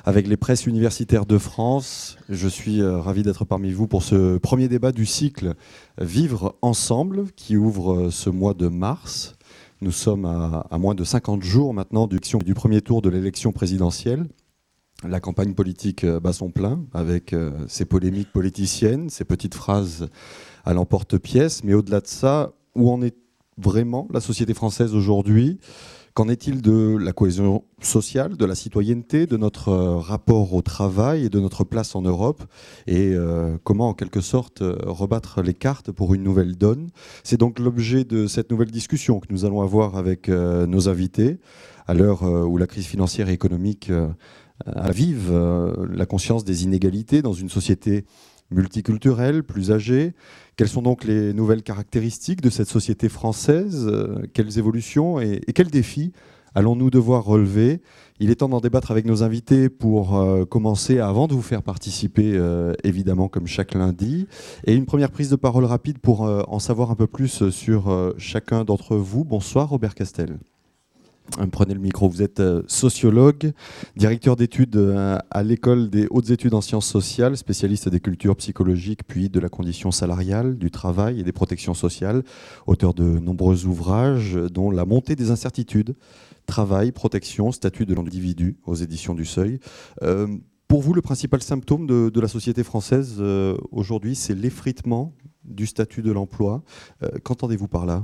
avec les presses universitaires de France. Je suis ravi d'être parmi vous pour ce premier débat du cycle Vivre ensemble qui ouvre ce mois de mars. Nous sommes à moins de 50 jours maintenant du premier tour de l'élection présidentielle. La campagne politique bat son plein avec ses polémiques politiciennes, ses petites phrases à l'emporte-pièce. Mais au-delà de ça, où en est vraiment la société française aujourd'hui ? Qu'en est-il de la cohésion sociale, de la citoyenneté, de notre rapport au travail et de notre place en Europe ? Et comment, en quelque sorte, rebattre les cartes pour une nouvelle donne ? C'est donc l'objet de cette nouvelle discussion que nous allons avoir avec nos invités, à l'heure où la crise financière et économique avive la conscience des inégalités dans une société multiculturelle, plus âgée. Quelles sont donc les nouvelles caractéristiques de cette société française ? Quelles évolutions et quels défis allons-nous devoir relever ? Il est temps d'en débattre avec nos invités pour commencer, avant de vous faire participer, évidemment, comme chaque lundi. Et une première prise de parole rapide pour en savoir un peu plus sur chacun d'entre vous. Bonsoir, Robert Castel. Prenez le micro. Vous êtes sociologue, directeur d'études à l'école des hautes études en sciences sociales, spécialiste des cultures psychologiques, puis de la condition salariale, du travail et des protections sociales, auteur de nombreux ouvrages, dont La montée des incertitudes, Travail, protection, statut de l'individu, aux éditions du Seuil. Pour vous, le principal symptôme de la société française aujourd'hui, c'est l'effritement du statut de l'emploi. Qu'entendez-vous par là ?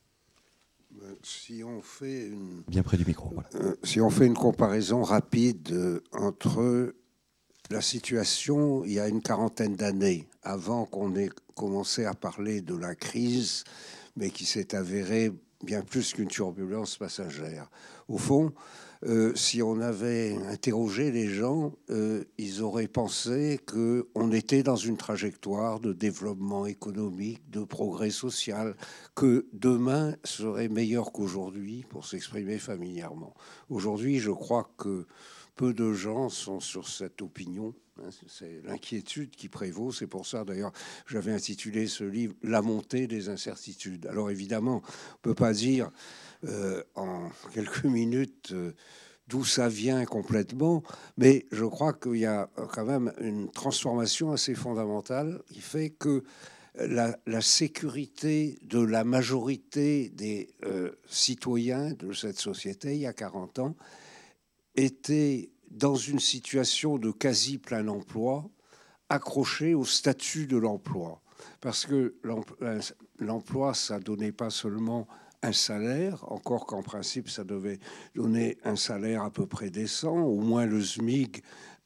Si on fait bien près du micro. Voilà. Si on fait une comparaison rapide entre la situation il y a une quarantaine d'années, avant qu'on ait commencé à parler de la crise, mais qui s'est avérée bien plus qu'une turbulence passagère. Au fond, si on avait interrogé les gens, ils auraient pensé qu'on était dans une trajectoire de développement économique, de progrès social, que demain serait meilleur qu'aujourd'hui, pour s'exprimer familièrement. Aujourd'hui, je crois que peu de gens sont sur cette opinion. C'est l'inquiétude qui prévaut. C'est pour ça, d'ailleurs, j'avais intitulé ce livre « La montée des incertitudes ». Alors, évidemment, on ne peut pas dire en quelques minutes d'où ça vient complètement, mais je crois qu'il y a quand même une transformation assez fondamentale qui fait que la sécurité de la majorité des citoyens de cette société, il y a 40 ans, était dans une situation de quasi plein emploi, accroché au statut de l'emploi. Parce que l'emploi, ça ne donnait pas seulement un salaire, encore qu'en principe, ça devait donner un salaire à peu près décent, au moins le SMIC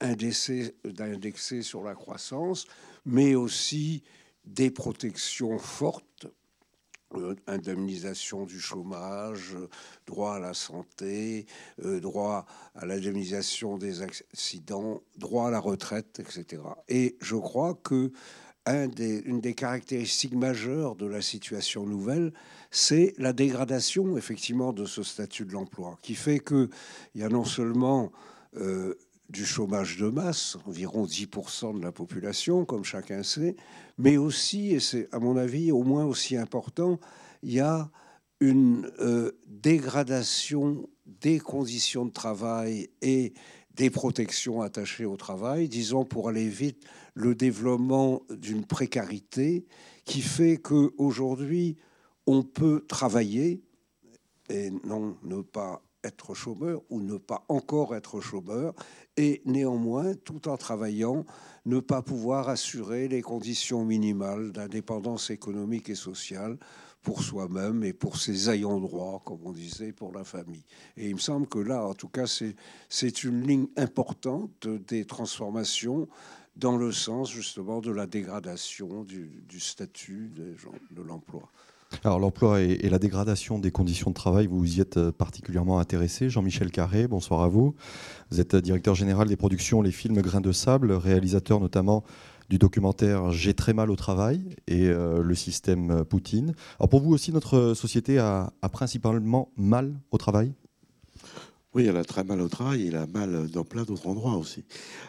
indexé sur la croissance, mais aussi des protections fortes, indemnisation du chômage, droit à la santé, droit à l'indemnisation des accidents, droit à la retraite, etc. Et je crois que une des caractéristiques majeures de la situation nouvelle, c'est la dégradation, effectivement, de ce statut de l'emploi, qui fait qu'il y a non seulement du chômage de masse, environ 10% de la population, comme chacun sait, mais aussi, et c'est à mon avis au moins aussi important, il y a une dégradation des conditions de travail et des protections attachées au travail, disons pour aller vite, le développement d'une précarité qui fait qu'aujourd'hui, on peut travailler et non ne pas être chômeur ou ne pas encore être chômeur, et néanmoins, tout en travaillant, ne pas pouvoir assurer les conditions minimales d'indépendance économique et sociale pour soi-même et pour ses ayants droit, comme on disait, pour la famille. Et il me semble que là, en tout cas, c'est une ligne importante des transformations dans le sens justement de la dégradation du statut des gens, de l'emploi. Alors l'emploi et la dégradation des conditions de travail, vous y êtes particulièrement intéressé. Jean-Michel Carré, bonsoir à vous. Vous êtes directeur général des productions Les Films Grains de Sable, réalisateur notamment du documentaire J'ai très mal au travail et le système Poutine. Alors pour vous aussi, notre société a principalement mal au travail ? Oui, elle a très mal au travail, elle a mal dans plein d'autres endroits aussi.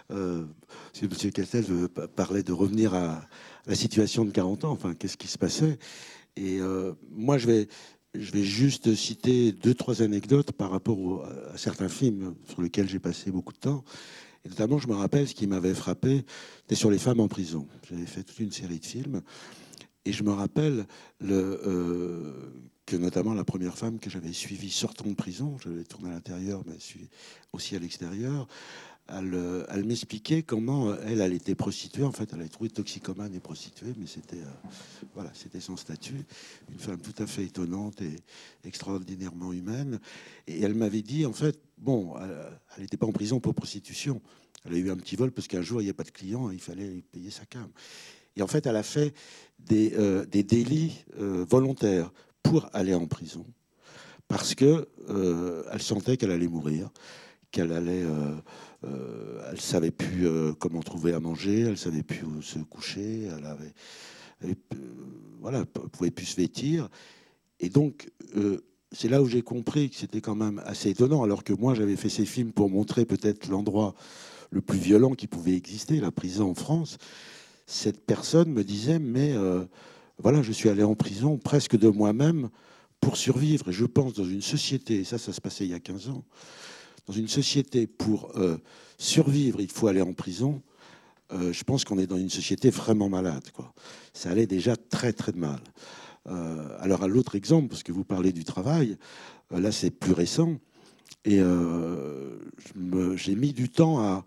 Si M. Castel parlait de revenir à la situation de 40 ans, enfin, qu'est-ce qui se passait ? Et moi, je vais juste citer 2-3 anecdotes par rapport à certains films sur lesquels j'ai passé beaucoup de temps. Et notamment, je me rappelle, ce qui m'avait frappé, c'était sur les femmes en prison. J'avais fait toute une série de films. Et je me rappelle que notamment la première femme que j'avais suivie sortant de prison, je l'avais tournée à l'intérieur, mais aussi à l'extérieur, elle m'expliquait comment elle était prostituée. En fait, elle avait trouvé toxicomane et prostituée, mais c'était son statut. Une femme tout à fait étonnante et extraordinairement humaine. Et elle m'avait dit, en fait, bon, elle n'était pas en prison pour prostitution. Elle a eu un petit vol parce qu'un jour, il n'y a pas de client, il fallait payer sa cam. Et en fait, elle a fait des délits volontaires pour aller en prison parce que elle sentait qu'elle allait mourir, qu'elle allait, elle savait plus comment trouver à manger, elle savait plus où se coucher, elle pouvait plus se vêtir. Et donc, c'est là où j'ai compris que c'était quand même assez étonnant, alors que moi, j'avais fait ces films pour montrer peut-être l'endroit le plus violent qui pouvait exister, la prison en France. Cette personne me disait, mais je suis allé en prison presque de moi-même pour survivre. Et je pense dans une société, et ça se passait il y a 15 ans, dans une société pour survivre, il faut aller en prison. Je pense qu'on est dans une société vraiment malade, quoi. Ça allait déjà très, très mal. Alors, à l'autre exemple, parce que vous parlez du travail, là, c'est plus récent. Et j'ai mis du temps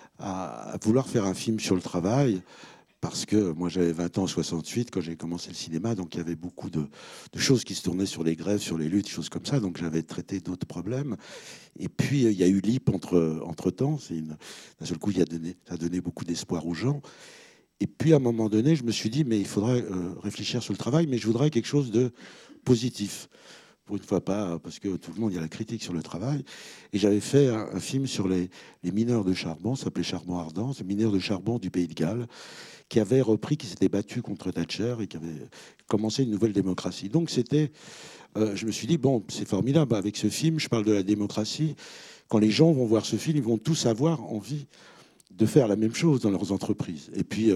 à vouloir faire un film sur le travail. Parce que moi, j'avais 20 ans en 68 quand j'ai commencé le cinéma, donc il y avait beaucoup de choses qui se tournaient sur les grèves, sur les luttes, des choses comme ça. Donc j'avais traité d'autres problèmes. Et puis il y a eu l'IP entre-temps. D'un seul coup, ça a donné beaucoup d'espoir aux gens. Et puis à un moment donné, je me suis dit, mais il faudrait réfléchir sur le travail, mais je voudrais quelque chose de positif. Pour une fois pas, parce que tout le monde, il y a la critique sur le travail. Et j'avais fait un film sur les mineurs de charbon, ça s'appelait Charbon Ardent, c'est mineurs de charbon du Pays de Galles, qui avait repris, qui s'était battu contre Thatcher et qui avait commencé une nouvelle démocratie. Donc je me suis dit, bon, c'est formidable, avec ce film, je parle de la démocratie. Quand les gens vont voir ce film, ils vont tous avoir envie de faire la même chose dans leurs entreprises. Et puis,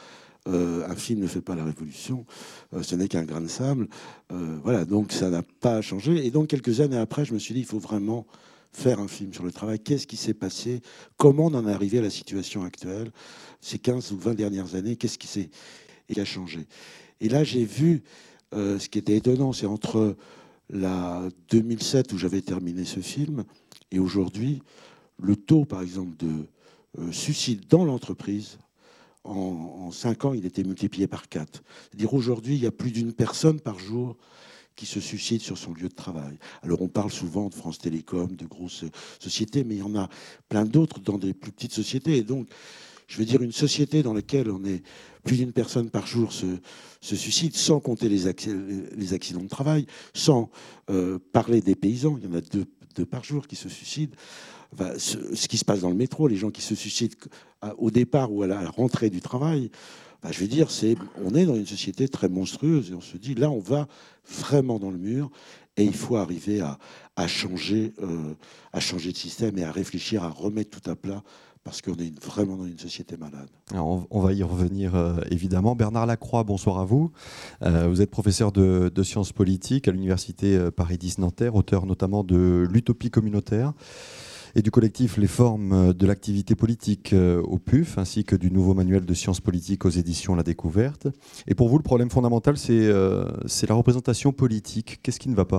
un film ne fait pas la révolution, ce n'est qu'un grain de sable. Donc ça n'a pas changé. Et donc, quelques années après, je me suis dit, il faut vraiment faire un film sur le travail. Qu'est-ce qui s'est passé? Comment on en est arrivé à la situation actuelle? Ces 15 ou 20 dernières années, qu'est-ce qui a changé? Et là, j'ai vu ce qui était étonnant, c'est entre la 2007 où j'avais terminé ce film et aujourd'hui, le taux, par exemple, de suicide dans l'entreprise, en 5 ans, il était multiplié par 4. C'est-à-dire aujourd'hui, il y a plus d'une personne par jour qui se suicide sur son lieu de travail. Alors on parle souvent de France Télécom, de grosses sociétés, mais il y en a plein d'autres dans des plus petites sociétés. Et donc, je veux dire, une société dans laquelle on est plus d'une personne par jour se suicide, sans compter les accidents de travail, sans parler des paysans, il y en a deux par jour qui se suicident. Enfin, ce qui se passe dans le métro, les gens qui se suicident au départ ou à la rentrée du travail, je veux dire, on est dans une société très monstrueuse et on se dit, là, on va vraiment dans le mur et il faut arriver à changer de système et à réfléchir, à remettre tout à plat parce qu'on est vraiment dans une société malade. Alors on va y revenir évidemment. Bernard Lacroix, bonsoir à vous. Vous êtes professeur de sciences politiques à l'université Paris X Nanterre, auteur notamment de l'Utopie communautaire et du collectif Les formes de l'activité politique au PUF, ainsi que du nouveau manuel de sciences politiques aux éditions La Découverte. Et pour vous, le problème fondamental, c'est la représentation politique. Qu'est-ce qui ne va pas ?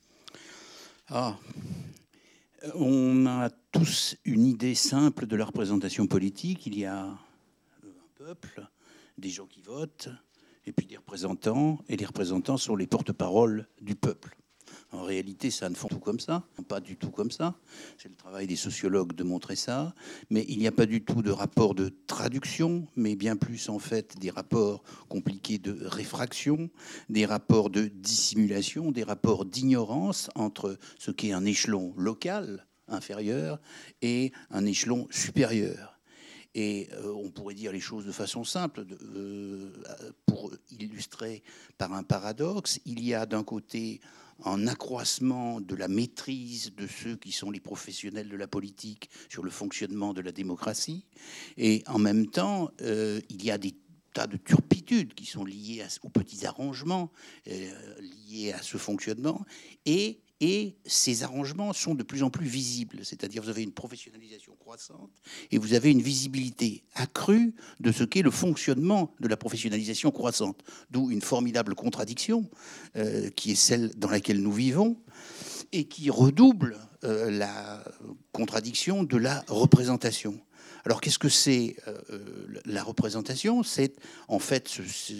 On a tous une idée simple de la représentation politique. Il y a un peuple, des gens qui votent, et puis des représentants, et les représentants sont les porte-paroles du peuple. En réalité, ça ne fonctionne tout comme ça, pas du tout comme ça. C'est le travail des sociologues de montrer ça. Mais il n'y a pas du tout de rapport de traduction, mais bien plus en fait des rapports compliqués de réfraction, des rapports de dissimulation, des rapports d'ignorance entre ce qu'est un échelon local inférieur et un échelon supérieur. Et on pourrait dire les choses de façon simple, pour illustrer par un paradoxe. Il y a d'un côté un accroissement de la maîtrise de ceux qui sont les professionnels de la politique sur le fonctionnement de la démocratie. Et en même temps, il y a des tas de turpitudes qui sont liées aux petits arrangements, liés à ce fonctionnement. Et Et ces arrangements sont de plus en plus visibles, c'est-à-dire vous avez une professionnalisation croissante et vous avez une visibilité accrue de ce qu'est le fonctionnement de la professionnalisation croissante. D'où une formidable contradiction qui est celle dans laquelle nous vivons et qui redouble la contradiction de la représentation. Alors, qu'est-ce que c'est la représentation? C'est en fait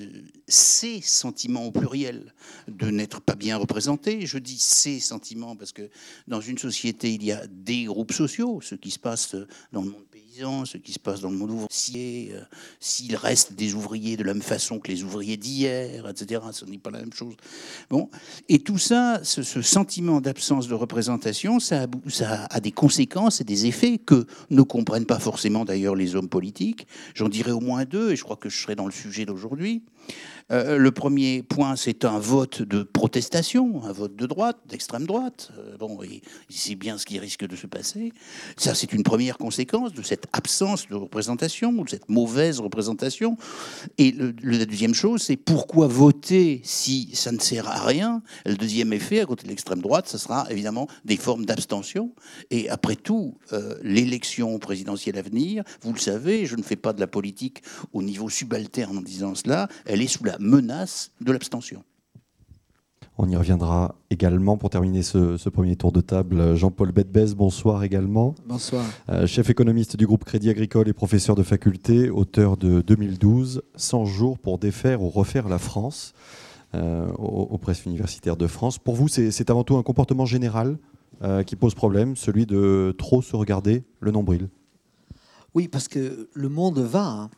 ces sentiments au pluriel de n'être pas bien représentés. Je dis ces sentiments parce que dans une société, il y a des groupes sociaux, ce qui se passe dans le monde paysan, ce qui se passe dans le monde ouvrier, s'il reste des ouvriers de la même façon que les ouvriers d'hier, etc. Ce n'est pas la même chose. Bon. Et tout ça, ce sentiment d'absence de représentation, ça a des conséquences et des effets que ne comprennent pas forcément d'ailleurs les hommes politiques. J'en dirai au moins deux, et je crois que je serai dans le sujet d'aujourd'hui. Le premier point, c'est un vote de protestation, un vote de droite, d'extrême droite. Bon, et c'est bien ce qui risque de se passer. Ça, c'est une première conséquence de cette absence de représentation, ou de cette mauvaise représentation. Et la deuxième chose, c'est pourquoi voter si ça ne sert à rien? Le deuxième effet, à côté de l'extrême droite, ce sera évidemment des formes d'abstention. Et après tout, l'élection présidentielle à venir, vous le savez, je ne fais pas de la politique au niveau subalterne en disant cela, elle est sous la menace de l'abstention. On y reviendra également pour terminer ce premier tour de table. Jean-Paul Bedbez, bonsoir également. Bonsoir. Chef économiste du groupe Crédit Agricole et professeur de faculté, auteur de 2012, 100 jours pour défaire ou refaire la France, aux presses universitaires de France. Pour vous, c'est avant tout un comportement général qui pose problème, celui de trop se regarder le nombril. Oui, parce que le monde va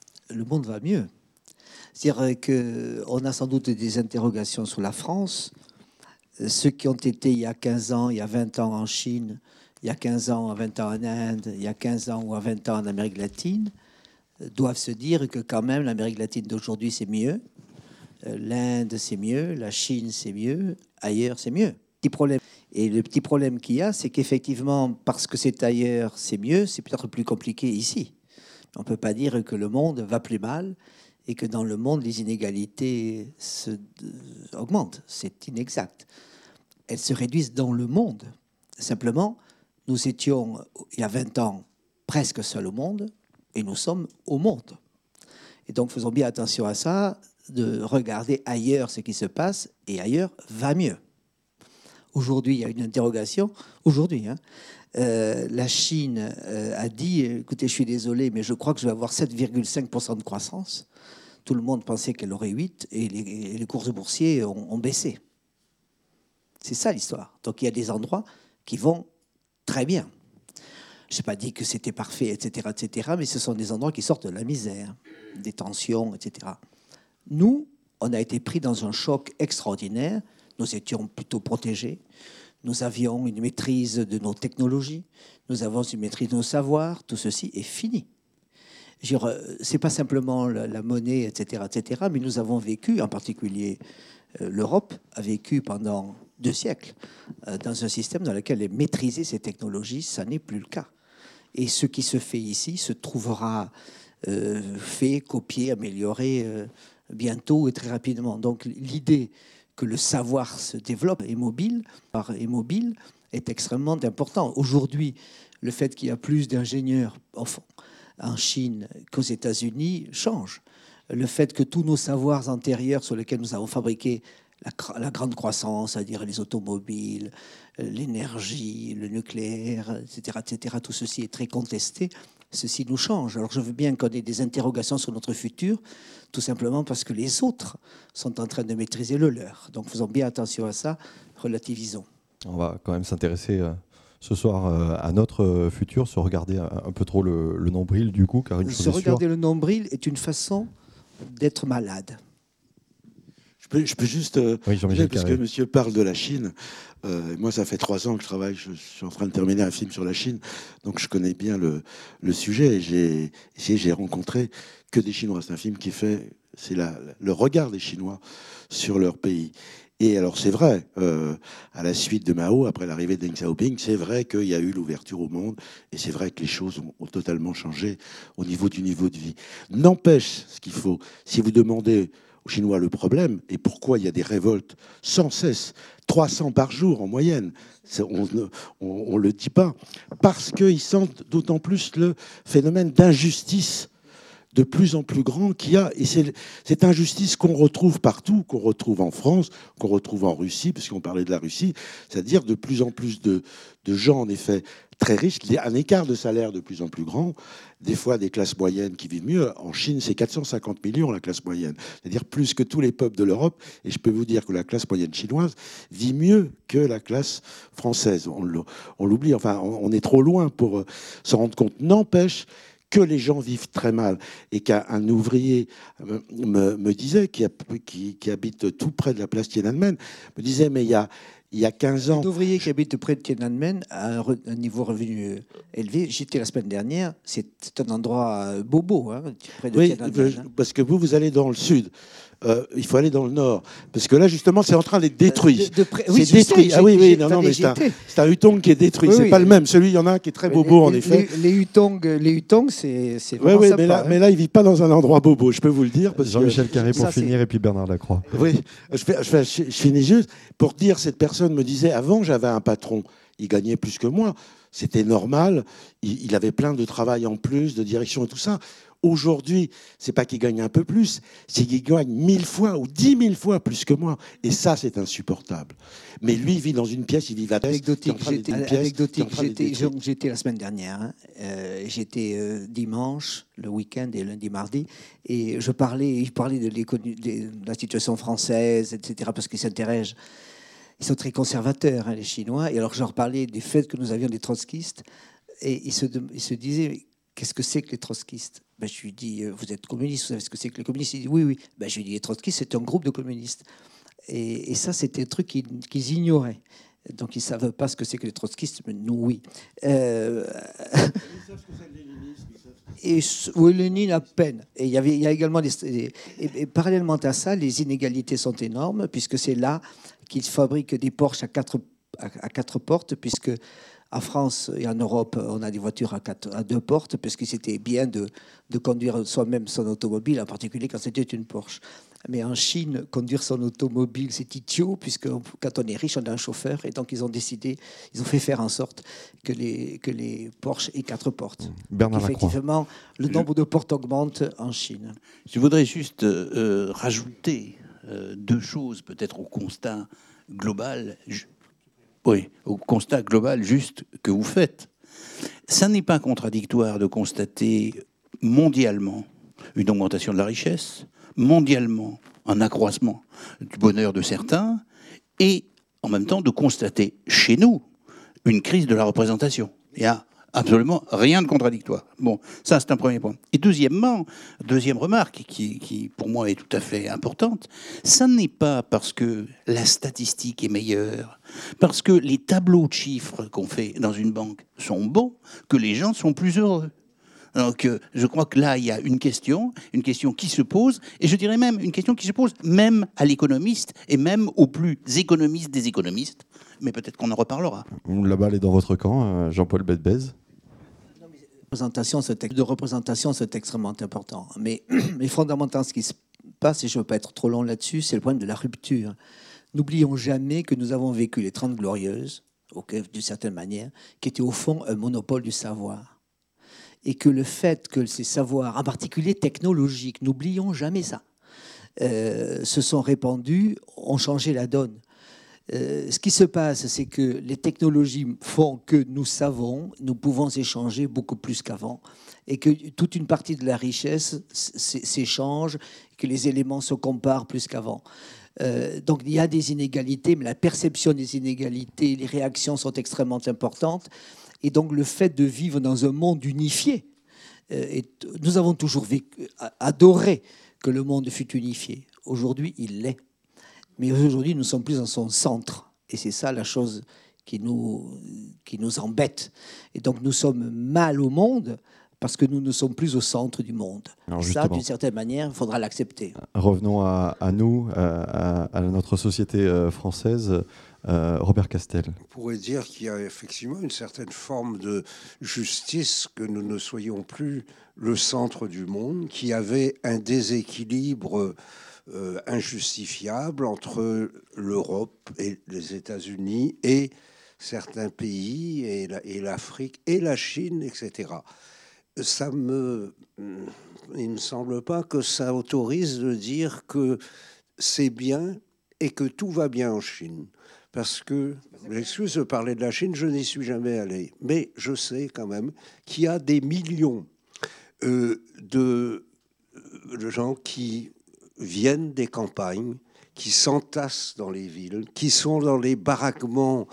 mieux. C'est-à-dire qu'on a sans doute des interrogations sur la France. Ceux qui ont été il y a 15 ans, il y a 20 ans en Chine, il y a 15 ans, 20 ans en Inde, il y a 15 ans ou 20 ans en Amérique latine, doivent se dire que quand même l'Amérique latine d'aujourd'hui, c'est mieux. L'Inde, c'est mieux. La Chine, c'est mieux. Ailleurs, c'est mieux. Petit problème. Et le petit problème qu'il y a, c'est qu'effectivement, parce que c'est ailleurs, c'est mieux, c'est peut-être plus compliqué ici. On ne peut pas dire que le monde va plus mal et que dans le monde, les inégalités augmentent. C'est inexact. Elles se réduisent dans le monde. Simplement, nous étions, il y a 20 ans, presque seuls au monde, et nous sommes au monde. Et donc, faisons bien attention à ça, de regarder ailleurs ce qui se passe, et ailleurs va mieux. Aujourd'hui, il y a une interrogation. Aujourd'hui, la Chine a dit, écoutez, je suis désolé, mais je crois que je vais avoir 7,5% de croissance. Tout le monde pensait qu'elle aurait 8, et les cours boursiers ont baissé. C'est ça l'histoire. Donc il y a des endroits qui vont très bien. Je n'ai pas dit que c'était parfait, etc., mais ce sont des endroits qui sortent de la misère, des tensions, etc. Nous, on a été pris dans un choc extraordinaire. Nous étions plutôt protégés. Nous avions une maîtrise de nos technologies. Nous avons une maîtrise de nos savoirs. Tout ceci est fini. Ce n'est pas simplement la monnaie, etc., mais nous avons vécu, en particulier l'Europe, a vécu pendant 2 siècles dans un système dans lequel maîtriser ces technologies, ça n'est plus le cas. Et ce qui se fait ici se trouvera fait, copié, amélioré bientôt et très rapidement. Donc l'idée que le savoir se développe est mobile est extrêmement important. Aujourd'hui, le fait qu'il y a plus d'ingénieurs en Chine qu'aux États-Unis change. Le fait que tous nos savoirs antérieurs sur lesquels nous avons fabriqué la grande croissance, c'est-à-dire les automobiles, l'énergie, le nucléaire, etc., tout ceci est très contesté. Ceci nous change. Alors je veux bien qu'on ait des interrogations sur notre futur, tout simplement parce que les autres sont en train de maîtriser le leur. Donc faisons bien attention à ça, relativisons. On va quand même s'intéresser ce soir à notre futur, se regarder un peu trop le nombril du coup, car une chose est sûre. Se regarder le nombril est une façon d'être malade. Je peux juste, oui, parce que monsieur parle de la Chine. Moi, ça fait 3 ans que je travaille. Je suis en train de terminer un film sur la Chine, donc je connais bien le sujet. Et j'ai rencontré que des Chinois. C'est un film c'est le regard des Chinois sur leur pays. Et alors, c'est vrai, à la suite de Mao, après l'arrivée de Deng Xiaoping, c'est vrai qu'il y a eu l'ouverture au monde, et c'est vrai que les choses ont totalement changé au niveau du niveau de vie. N'empêche, ce qu'il faut, si vous demandez aux Chinois le problème et pourquoi il y a des révoltes sans cesse, 300 par jour en moyenne. On ne le dit pas. Parce qu'ils sentent d'autant plus le phénomène d'injustice de plus en plus grand qu'il y a. Et c'est cette injustice qu'on retrouve partout, qu'on retrouve en France, qu'on retrouve en Russie, parce qu'on parlait de la Russie, c'est-à-dire de plus en plus de gens, en effet, très riches, qui a un écart de salaire de plus en plus grand, des fois des classes moyennes qui vivent mieux. En Chine, c'est 450 millions, la classe moyenne, c'est-à-dire plus que tous les peuples de l'Europe. Et je peux vous dire que la classe moyenne chinoise vit mieux que la classe française. On l'oublie, enfin, on est trop loin pour s'en rendre compte. N'empêche que les gens vivent très mal et qu'un ouvrier me disait, qui habite tout près de la place Tiananmen, me disait, mais il y a 15 ans... Un ouvrier qui habite près de Tiananmen a un niveau revenu élevé. J'étais la semaine dernière, c'est un endroit bobo, hein, près de Tiananmen. Parce que vous allez dans le sud. Il faut aller dans le nord. Parce que là, justement, c'est en train d'être détruit. Oui, c'est détruit. Mais c'est un Hutong qui est détruit. C'est pas le même. Celui, il y en a un qui est très bobo, en effet. Les Hutong, c'est vraiment sympa. Mais là, il ne vit pas dans un endroit bobo, je peux vous le dire. Jean-Michel Carré pour finir, et puis Bernard Lacroix. Oui, je finis juste pour dire, cette personne me disait, avant, j'avais un patron, il gagnait plus que moi. C'était normal. Il avait plein de travail en plus, de direction et tout ça. Aujourd'hui, c'est pas qu'il gagne un peu plus, c'est qu'il gagne 1000 fois ou 10 000 fois plus que moi. Et ça, c'est insupportable. Mais lui, il vit dans une pièce, il vit à anecdotique. J'étais la semaine dernière. Hein. J'étais dimanche, le week-end et lundi, mardi, et je parlais de la situation française, etc. Parce qu'ils s'intéressent. Ils sont très conservateurs, hein, les Chinois. Et alors, je leur parlais du fait que nous avions des trotskistes, et ils se disaient, qu'est-ce que c'est que les trotskistes? Ben, je lui dis, vous êtes communiste, vous savez ce que c'est que les communistes? Il dit, oui, oui. Ben, je lui dis, les trotskistes, c'est un groupe de communistes. Et ça, c'était un truc qu'ils ignoraient. Donc, ils ne savent pas ce que c'est que les trotskistes, mais nous, oui. Ils savent ce que c'est le léninisme. Oui, Lénine à peine. Et il y a également et parallèlement à ça, les inégalités sont énormes, puisque c'est là qu'ils fabriquent des Porsche à quatre portes, puisque en France et en Europe, on a des voitures à deux portes, parce que c'était bien de conduire soi-même son automobile, en particulier quand c'était une Porsche. Mais en Chine, conduire son automobile, c'est idiot, puisque quand on est riche, on a un chauffeur. Et donc, ils ont fait faire en sorte que les Porsche aient quatre portes. Bernard Lacroix. Effectivement, le nombre de portes augmente en Chine. Je voudrais juste rajouter deux choses, peut-être au constat global. Oui, au constat global juste que vous faites. Ça n'est pas contradictoire de constater mondialement une augmentation de la richesse, mondialement un accroissement du bonheur de certains, et en même temps de constater chez nous une crise de la représentation. Il y a absolument rien de contradictoire. Bon, ça c'est un premier point. Et deuxièmement, deuxième remarque qui pour moi est tout à fait importante, ça n'est pas parce que la statistique est meilleure, parce que les tableaux de chiffres qu'on fait dans une banque sont bons, que les gens sont plus heureux. Donc, je crois que là, il y a une question qui se pose, et je dirais même une question qui se pose même à l'économiste, et même aux plus économistes des économistes, mais peut-être qu'on en reparlera. La balle est dans votre camp, Jean-Paul Bedbez. De représentation, c'est extrêmement important. Mais fondamentalement, ce qui se passe, et je ne veux pas être trop long là-dessus, c'est le problème de la rupture. N'oublions jamais que nous avons vécu les 30 Glorieuses, d'une certaine manière, qui étaient au fond un monopole du savoir. Et que le fait que ces savoirs, en particulier technologiques, n'oublions jamais ça, se sont répandus, ont changé la donne. Ce qui se passe, c'est que les technologies font que nous pouvons échanger beaucoup plus qu'avant, et que toute une partie de la richesse s'échange, que les éléments se comparent plus qu'avant. Donc il y a des inégalités, mais la perception des inégalités, les réactions sont extrêmement importantes. Et donc le fait de vivre dans un monde unifié, nous avons toujours adoré que le monde fût unifié. Aujourd'hui, il l'est. Mais aujourd'hui, nous ne sommes plus dans son centre. Et c'est ça la chose qui nous embête. Et donc nous sommes mal au monde parce que nous ne sommes plus au centre du monde. Alors ça, d'une certaine manière, il faudra l'accepter. Revenons à nous, à notre société française. Robert Castel. On pourrait dire qu'il y a effectivement une certaine forme de justice, que nous ne soyons plus le centre du monde, qu'il y avait un déséquilibre injustifiable entre l'Europe et les États-Unis et certains pays, et l'Afrique et la Chine, etc. Il ne me semble pas que ça autorise de dire que c'est bien et que tout va bien en Chine. Parce que, l'excuse de parler de la Chine, je n'y suis jamais allé. Mais je sais quand même qu'il y a des millions de gens qui viennent des campagnes, qui s'entassent dans les villes, qui sont dans les baraquements,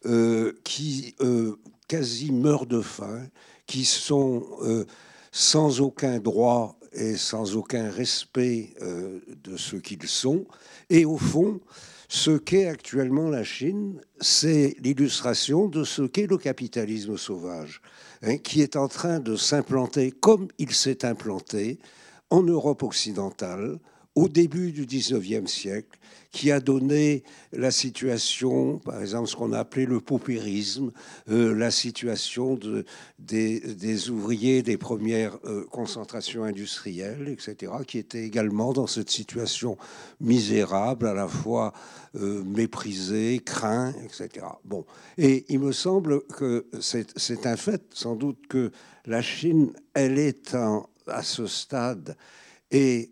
qui quasi meurent de faim, qui sont sans aucun droit et sans aucun respect de ce qu'ils sont. Et au fond, ce qu'est actuellement la Chine, c'est l'illustration de ce qu'est le capitalisme sauvage, hein, qui est en train de s'implanter comme il s'est implanté en Europe occidentale au début du 19e siècle, qui a donné la situation, par exemple, ce qu'on a appelé le paupérisme, la situation des ouvriers des premières concentrations industrielles, etc., qui étaient également dans cette situation misérable, à la fois méprisés, craints, etc. Bon. Et il me semble que c'est un fait, sans doute, que la Chine, elle est à ce stade, et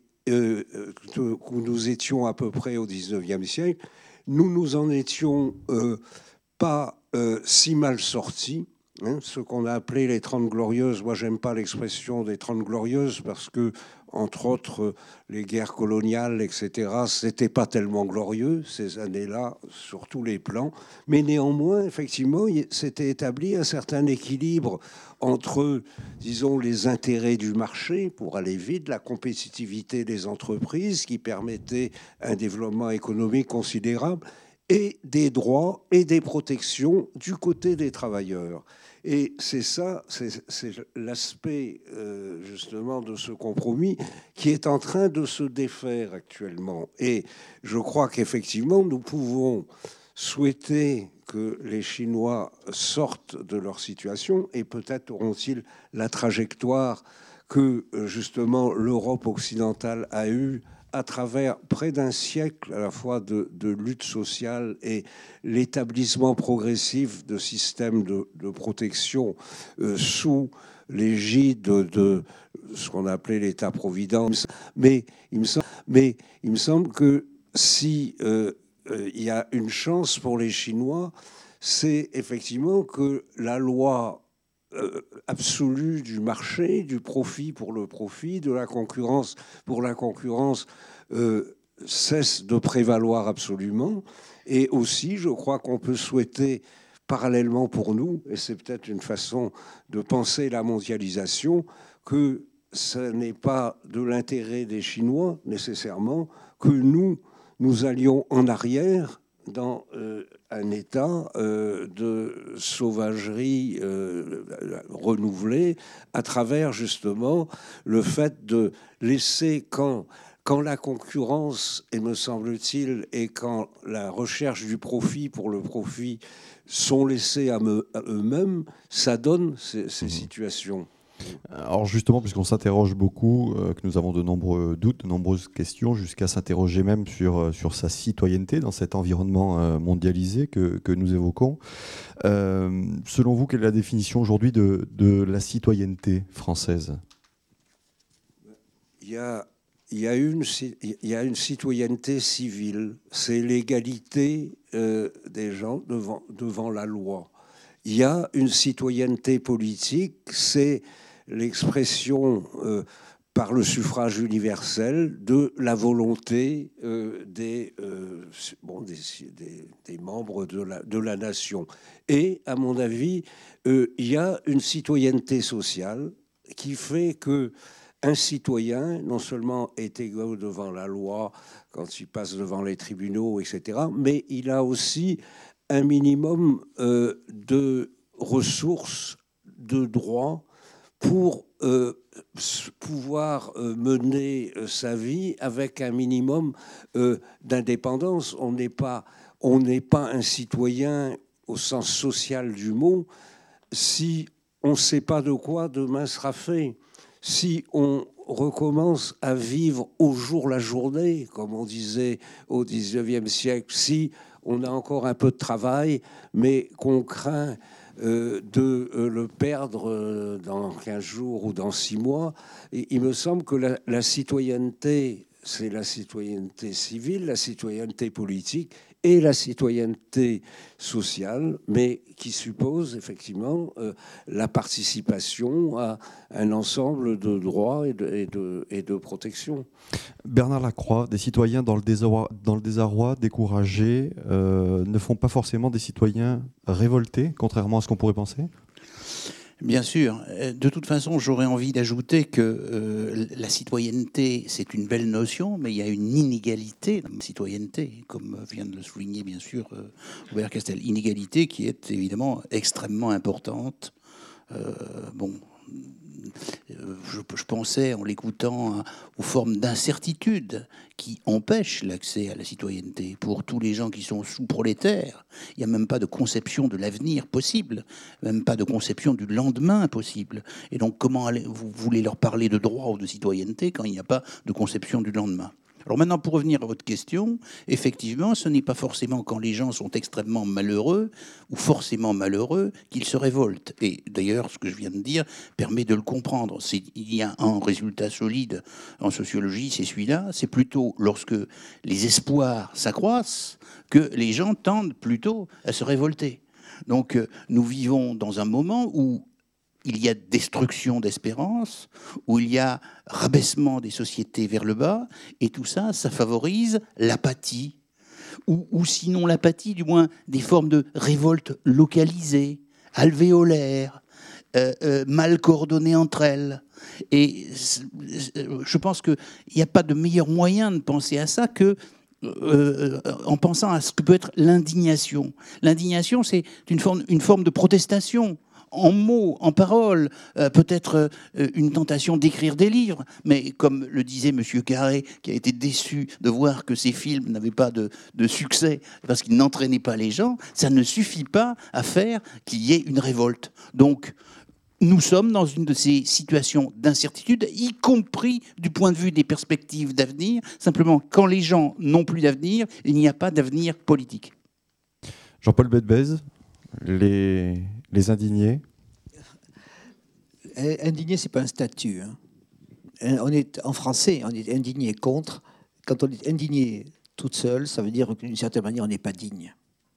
où nous étions à peu près au 19e siècle, nous nous en étions pas si mal sortis. Hein, ce qu'on a appelé les 30 glorieuses. Moi, j'aime pas l'expression des 30 glorieuses parce que, entre autres, les guerres coloniales, etc., c'était pas tellement glorieux ces années-là sur tous les plans. Mais néanmoins, effectivement, s'était établi un certain équilibre entre, disons, les intérêts du marché, pour aller vite, la compétitivité des entreprises qui permettait un développement économique considérable, et des droits et des protections du côté des travailleurs. Et c'est ça, c'est l'aspect justement de ce compromis qui est en train de se défaire actuellement. Et je crois qu'effectivement, nous pouvons souhaiter que les Chinois sortent de leur situation, et peut-être auront-ils la trajectoire que justement l'Europe occidentale a eue à travers près d'un siècle à la fois de lutte sociale et l'établissement progressif de systèmes de protection sous l'égide de ce qu'on appelait l'État-providence. Mais il me semble que si il y a une chance pour les Chinois, c'est effectivement que la loi absolue du marché, du profit pour le profit, de la concurrence pour la concurrence, cesse de prévaloir absolument. Et aussi, je crois qu'on peut souhaiter parallèlement pour nous, et c'est peut-être une façon de penser la mondialisation, que ce n'est pas de l'intérêt des Chinois nécessairement que nous allions en arrière dans un état de sauvagerie renouvelée à travers justement le fait de laisser, quand la concurrence, et me semble-t-il, et quand la recherche du profit pour le profit sont laissés à eux-mêmes, ça donne ces situations. Alors justement, puisqu'on s'interroge beaucoup, que nous avons de nombreux doutes, de nombreuses questions, jusqu'à s'interroger même sur sa citoyenneté dans cet environnement mondialisé que nous évoquons. Selon vous, quelle est la définition aujourd'hui de la citoyenneté française ? Il y a une citoyenneté civile, c'est l'égalité des gens devant la loi. Il y a une citoyenneté politique, c'est l'expression par le suffrage universel de la volonté des membres de la nation. Et, à mon avis, il y a une citoyenneté sociale qui fait que un citoyen, non seulement est égal devant la loi quand il passe devant les tribunaux, etc., mais il a aussi un minimum de ressources, de droits pour pouvoir mener sa vie avec un minimum d'indépendance. On on n'est pas un citoyen au sens social du mot si on ne sait pas de quoi demain sera fait, si on recommence à vivre au jour la journée, comme on disait au XIXe siècle, si on a encore un peu de travail, mais qu'on craint de le perdre dans 15 jours ou dans 6 mois. Et il me semble que la citoyenneté, c'est la citoyenneté civile, la citoyenneté politique et la citoyenneté sociale, mais qui suppose effectivement la participation à un ensemble de droits et de protections. Bernard Lacroix, des citoyens dans le désarroi, découragés, ne font pas forcément des citoyens révoltés, contrairement à ce qu'on pourrait penser ? Bien sûr. De toute façon, j'aurais envie d'ajouter que la citoyenneté, c'est une belle notion, mais il y a une inégalité dans la citoyenneté, comme vient de le souligner bien sûr Robert Castel. Inégalité qui est évidemment extrêmement importante. Je pensais en l'écoutant aux formes d'incertitude qui empêchent l'accès à la citoyenneté. Pour tous les gens qui sont sous-prolétaires, il n'y a même pas de conception de l'avenir possible, même pas de conception du lendemain possible. Et donc comment vous voulez leur parler de droit ou de citoyenneté quand il n'y a pas de conception du lendemain ? Alors maintenant, pour revenir à votre question, effectivement, ce n'est pas forcément quand les gens sont extrêmement malheureux ou forcément malheureux qu'ils se révoltent. Et d'ailleurs, ce que je viens de dire permet de le comprendre. Il y a un résultat solide en sociologie, c'est celui-là. C'est plutôt lorsque les espoirs s'accroissent que les gens tendent plutôt à se révolter. Donc nous vivons dans un moment où il y a destruction d'espérance, où il y a rabaissement des sociétés vers le bas, et tout ça, ça favorise l'apathie, ou sinon l'apathie, du moins des formes de révolte localisées, alvéolaires, mal coordonnées entre elles. Et je pense qu'il n'y a pas de meilleur moyen de penser à ça que en pensant à ce que peut être l'indignation. L'indignation, c'est une forme de protestation, en mots, en paroles, peut-être une tentation d'écrire des livres, mais comme le disait M. Carré, qui a été déçu de voir que ses films n'avaient pas de succès parce qu'ils n'entraînaient pas les gens, ça ne suffit pas à faire qu'il y ait une révolte. Donc, nous sommes dans une de ces situations d'incertitude, y compris du point de vue des perspectives d'avenir. Simplement, quand les gens n'ont plus d'avenir, il n'y a pas d'avenir politique. Jean-Paul Bedbez, les indignés. Indigné, c'est pas un statut. On est en français, on est indigné contre. Quand on est indigné toute seule, ça veut dire que d'une certaine manière, on n'est pas digne.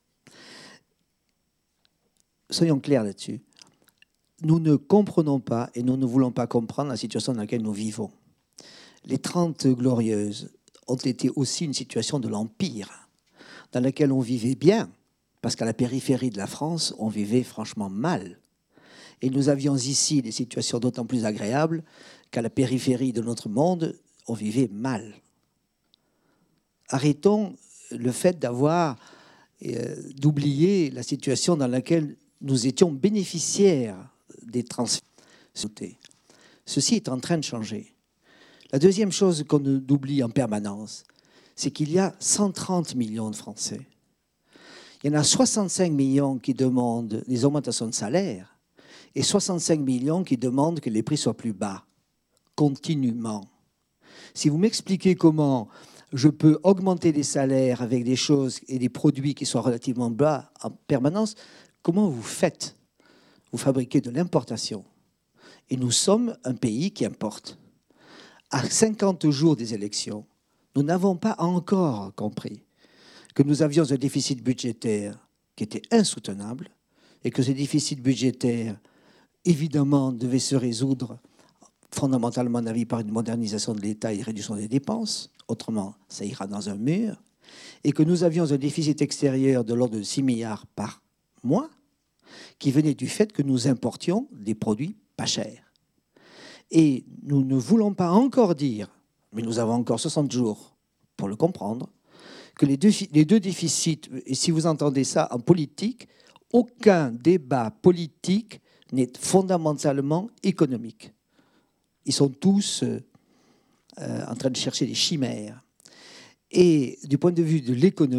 Soyons clairs là-dessus. Nous ne comprenons pas et nous ne voulons pas comprendre la situation dans laquelle nous vivons. Les 30 Glorieuses ont été aussi une situation de l'Empire, dans laquelle on vivait bien, parce qu'à la périphérie de la France, on vivait franchement mal. Et nous avions ici des situations d'autant plus agréables qu'à la périphérie de notre monde, on vivait mal. Arrêtons le fait d'oublier la situation dans laquelle nous étions bénéficiaires des transferts. Ceci est en train de changer. La deuxième chose qu'on oublie en permanence, c'est qu'il y a 130 millions de Français. Il y en a 65 millions qui demandent des augmentations de salaire et 65 millions qui demandent que les prix soient plus bas, continuellement. Si vous m'expliquez comment je peux augmenter les salaires avec des choses et des produits qui sont relativement bas en permanence, comment vous faites ? Vous fabriquez de l'importation. Et nous sommes un pays qui importe. À 50 jours des élections, nous n'avons pas encore compris que nous avions un déficit budgétaire qui était insoutenable et que ce déficit budgétaire, évidemment, devait se résoudre fondamentalement, à mon avis, par une modernisation de l'État et une réduction des dépenses. Autrement, ça ira dans un mur. Et que nous avions un déficit extérieur de l'ordre de 6 milliards par mois qui venait du fait que nous importions des produits pas chers. Et nous ne voulons pas encore dire, mais nous avons encore 60 jours pour le comprendre, que les deux déficits, et si vous entendez ça en politique, aucun débat politique n'est fondamentalement économique. Ils sont tous en train de chercher des chimères. Et du point de vue de l'économie,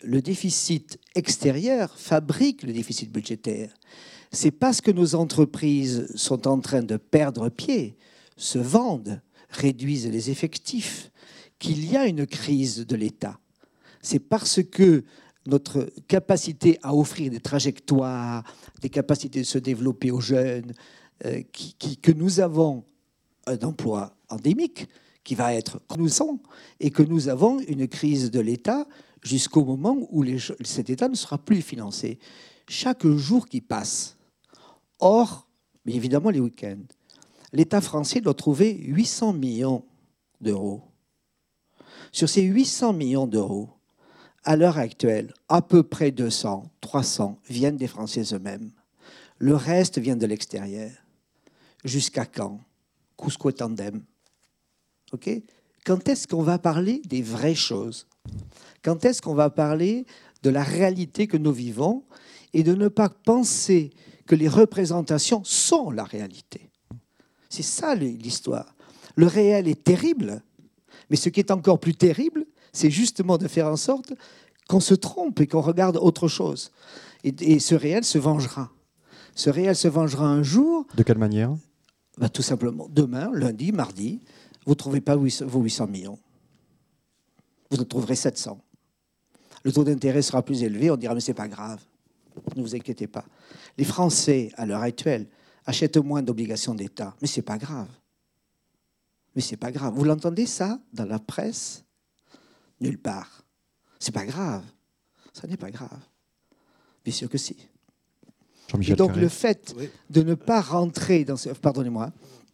le déficit extérieur fabrique le déficit budgétaire. C'est parce que nos entreprises sont en train de perdre pied, se vendent, réduisent les effectifs, qu'il y a une crise de l'État. C'est parce que notre capacité à offrir des trajectoires, des capacités de se développer aux jeunes, que nous avons un emploi endémique qui va être croissant et que nous avons une crise de l'État jusqu'au moment où cet État ne sera plus financé. Chaque jour qui passe, hors, mais évidemment les week-ends, l'État français doit trouver 800 millions d'euros. Sur ces 800 millions d'euros, à l'heure actuelle, à peu près 200, 300 viennent des Français eux-mêmes. Le reste vient de l'extérieur. Jusqu'à quand? Cusco tandem. Okay? Quand est-ce qu'on va parler des vraies choses? Quand est-ce qu'on va parler de la réalité que nous vivons et de ne pas penser que les représentations sont la réalité? C'est ça l'histoire. Le réel est terrible, mais ce qui est encore plus terrible, c'est justement de faire en sorte qu'on se trompe et qu'on regarde autre chose. Et ce réel se vengera. Ce réel se vengera un jour. De quelle manière? Tout simplement, demain, lundi, mardi, vous ne trouverez pas vos 800 millions. Vous en trouverez 700. Le taux d'intérêt sera plus élevé, on dira mais ce n'est pas grave. Ne vous inquiétez pas. Les Français, à l'heure actuelle, achètent moins d'obligations d'État. Mais ce n'est pas grave. Mais ce n'est pas grave. Vous l'entendez ça dans la presse? Nulle part. C'est pas grave. Ça n'est pas grave. Bien sûr que si. Et donc le fait de ne pas rentrer dans ce... Pardonnez-moi.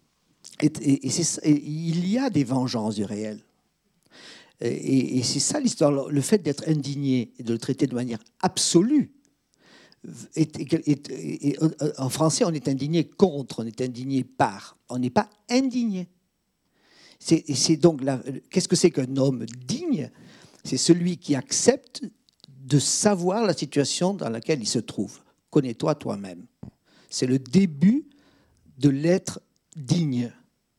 Il y a des vengeances du réel. Et c'est ça l'histoire. Le fait d'être indigné et de le traiter de manière absolue. En français, on est indigné contre, on est indigné par. On n'est pas indigné. C'est donc qu'est-ce que c'est qu'un homme digne? C'est celui qui accepte de savoir la situation dans laquelle il se trouve. Connais-toi toi-même. C'est le début de l'être digne.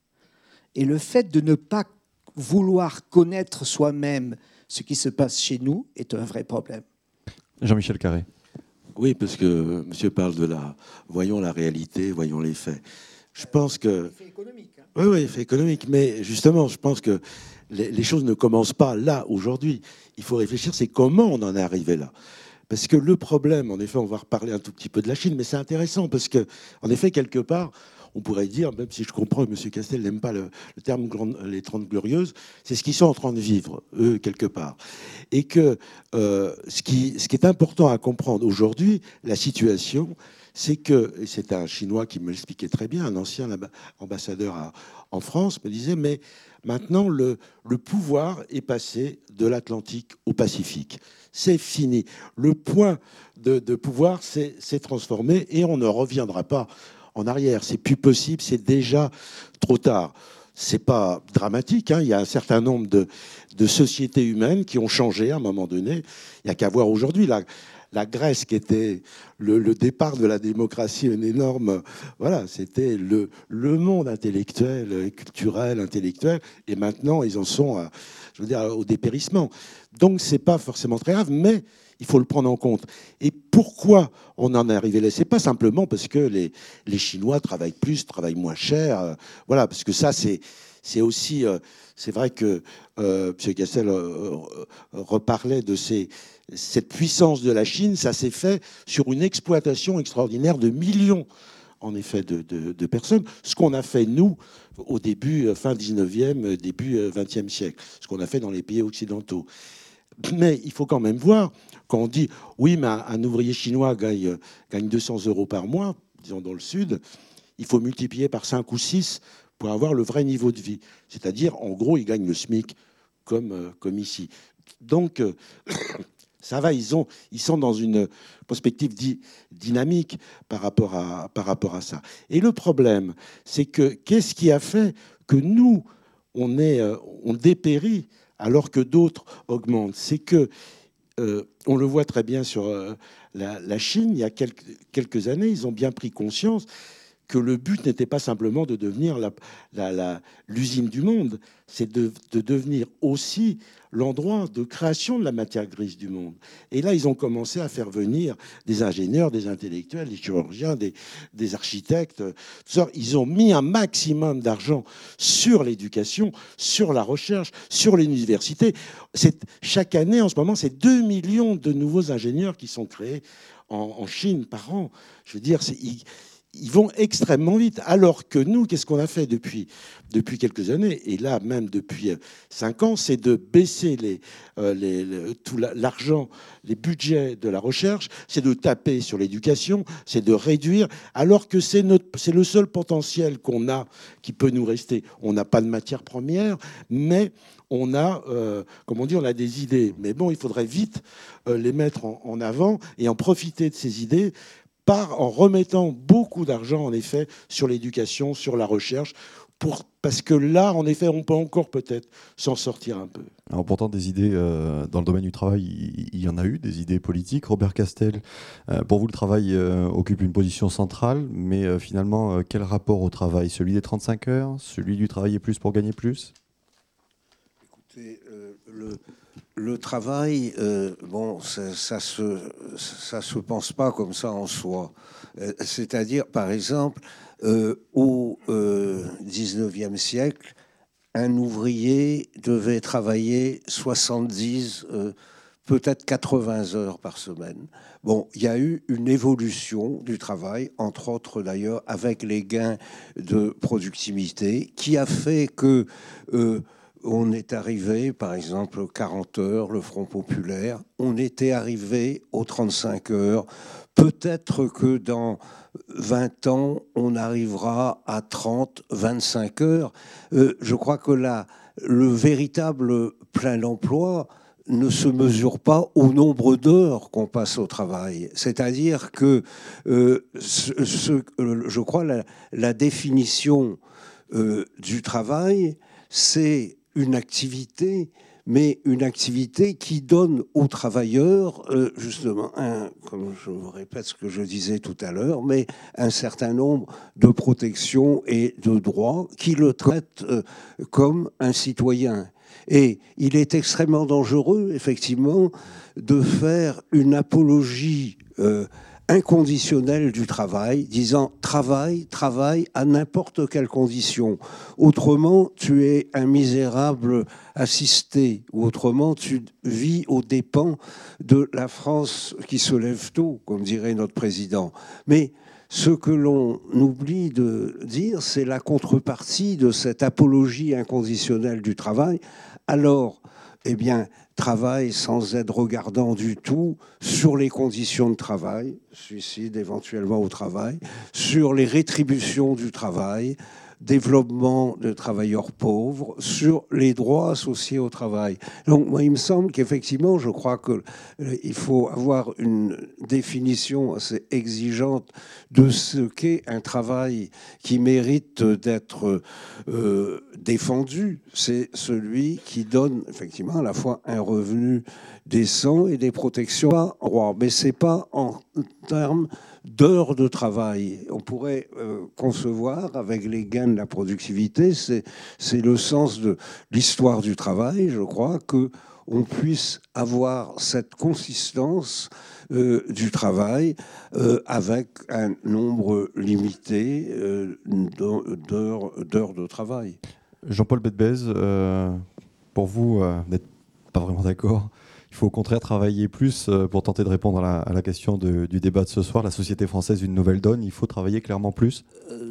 Et le fait de ne pas vouloir connaître soi-même ce qui se passe chez nous est un vrai problème. Jean-Michel Carré. Oui, parce que monsieur parle de voyons la réalité, voyons les faits. Je pense que... Fait économique. Hein. Oui, fait économique. Mais justement, je pense que les choses ne commencent pas là, aujourd'hui. Il faut réfléchir, c'est comment on en est arrivé là. Parce que le problème, en effet, on va reparler un tout petit peu de la Chine, mais c'est intéressant parce que, en effet, quelque part, on pourrait dire, même si je comprends que M. Castel n'aime pas le terme les 30 glorieuses, c'est ce qu'ils sont en train de vivre, eux, quelque part. Et que ce qui est important à comprendre aujourd'hui, la situation, c'est que, et c'est un Chinois qui me l'expliquait très bien, un ancien ambassadeur en France, me disait, mais maintenant, le pouvoir est passé de l'Atlantique au Pacifique. C'est fini. Le point de pouvoir s'est transformé et on ne reviendra pas en arrière. C'est plus possible, c'est déjà trop tard. C'est pas dramatique, hein. Il y a un certain nombre de sociétés humaines qui ont changé à un moment donné. Il n'y a qu'à voir aujourd'hui la Grèce, qui était le départ de la démocratie, une énorme... Voilà, c'était le monde intellectuel, culturel, intellectuel. Et maintenant, ils en sont, au dépérissement. Donc, c'est pas forcément très grave, mais il faut le prendre en compte. Et pourquoi on en est arrivé là? C'est pas simplement parce que les Chinois travaillent plus, travaillent moins cher. Voilà, parce que ça, c'est aussi... c'est vrai que M. Castel reparlait de cette puissance de la Chine. Ça s'est fait sur une exploitation extraordinaire de millions, en effet, de personnes. Ce qu'on a fait, nous, au début, fin 19e, début 20e siècle. Ce qu'on a fait dans les pays occidentaux. Mais il faut quand même voir, quand on dit, oui, mais un ouvrier chinois gagne 200 € par mois, disons dans le Sud, il faut multiplier par 5 ou 6 pour avoir le vrai niveau de vie. C'est-à-dire, en gros, ils gagnent le SMIC comme ici. Donc, ça va, ils sont dans une perspective dynamique par rapport à ça. Et le problème, c'est que qu'est-ce qui a fait que nous, on dépérit alors que d'autres augmentent? C'est que, on le voit très bien sur la Chine, il y a quelques années, ils ont bien pris conscience que le but n'était pas simplement de devenir l'usine du monde, c'est de devenir aussi l'endroit de création de la matière grise du monde. Et là, ils ont commencé à faire venir des ingénieurs, des intellectuels, des chirurgiens, des architectes. Tout ça. Ils ont mis un maximum d'argent sur l'éducation, sur la recherche, sur l'université. Chaque année, en ce moment, c'est 2 millions de nouveaux ingénieurs qui sont créés en Chine par an. Je veux dire, ils vont extrêmement vite. Alors que nous, qu'est-ce qu'on a fait depuis quelques années, et là même depuis 5 ans, c'est de baisser tout l'argent, les budgets de la recherche, c'est de taper sur l'éducation, c'est de réduire, alors que c'est le seul potentiel qu'on a qui peut nous rester. On n'a pas de matière première, mais on a, on a des idées. Mais bon, il faudrait vite les mettre en avant et en profiter de ces idées en remettant beaucoup d'argent, en effet, sur l'éducation, sur la recherche, parce que là, en effet, on peut encore peut-être s'en sortir un peu. Alors pourtant, des idées dans le domaine du travail, il y en a eu, des idées politiques. Robert Castel, pour vous, le travail occupe une position centrale, mais finalement, quel rapport au travail? Celui des 35 heures? Celui du travailler plus pour gagner plus? Écoutez, le travail, ça se pense pas comme ça en soi. C'est-à-dire, par exemple, au 19e siècle, un ouvrier devait travailler 70, peut-être 80 heures par semaine. Bon, il y a eu une évolution du travail, entre autres d'ailleurs avec les gains de productivité, qui a fait que on est arrivé, par exemple, aux 40 heures, le Front populaire. On était arrivé aux 35 heures. Peut-être que dans 20 ans, on arrivera à 30, 25 heures. Je crois que là, le véritable plein d'emploi ne se mesure pas au nombre d'heures qu'on passe au travail. C'est-à-dire que, je crois, la définition du travail, c'est une activité, mais une activité qui donne aux travailleurs, justement, comme je vous répète ce que je disais tout à l'heure, mais un certain nombre de protections et de droits qui le traitent comme un citoyen. Et il est extrêmement dangereux, effectivement, de faire une apologie inconditionnel du travail, disant travail à n'importe quelle condition. Autrement, tu es un misérable assisté, ou autrement, tu vis aux dépens de la France qui se lève tôt, comme dirait notre président. Mais ce que l'on oublie de dire, c'est la contrepartie de cette apologie inconditionnelle du travail. Alors, eh bien, travail sans être regardant du tout sur les conditions de travail, suicide éventuellement au travail, sur les rétributions du travail, développement de travailleurs pauvres, sur les droits associés au travail. Donc, moi, il me semble qu'effectivement, je crois qu'il faut avoir une définition assez exigeante de ce qu'est un travail qui mérite d'être défendu. C'est celui qui donne effectivement à la fois un revenu décent et des protections. Mais ce n'est pas en termes d'heures de travail. On pourrait concevoir, avec les gains de la productivité, c'est le sens de l'histoire du travail, je crois, qu'on puisse avoir cette consistance du travail avec un nombre limité d'heures de travail. Jean-Paul Bedbez, pour vous, vous n'êtes pas vraiment d'accord? Il faut au contraire travailler plus pour tenter de répondre à la question du débat de ce soir. La société française, une nouvelle donne. Il faut travailler clairement plus.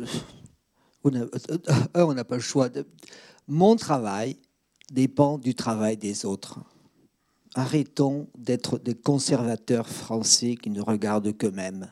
On n'a pas le choix. Mon travail dépend du travail des autres. Arrêtons d'être des conservateurs français qui ne regardent qu'eux-mêmes.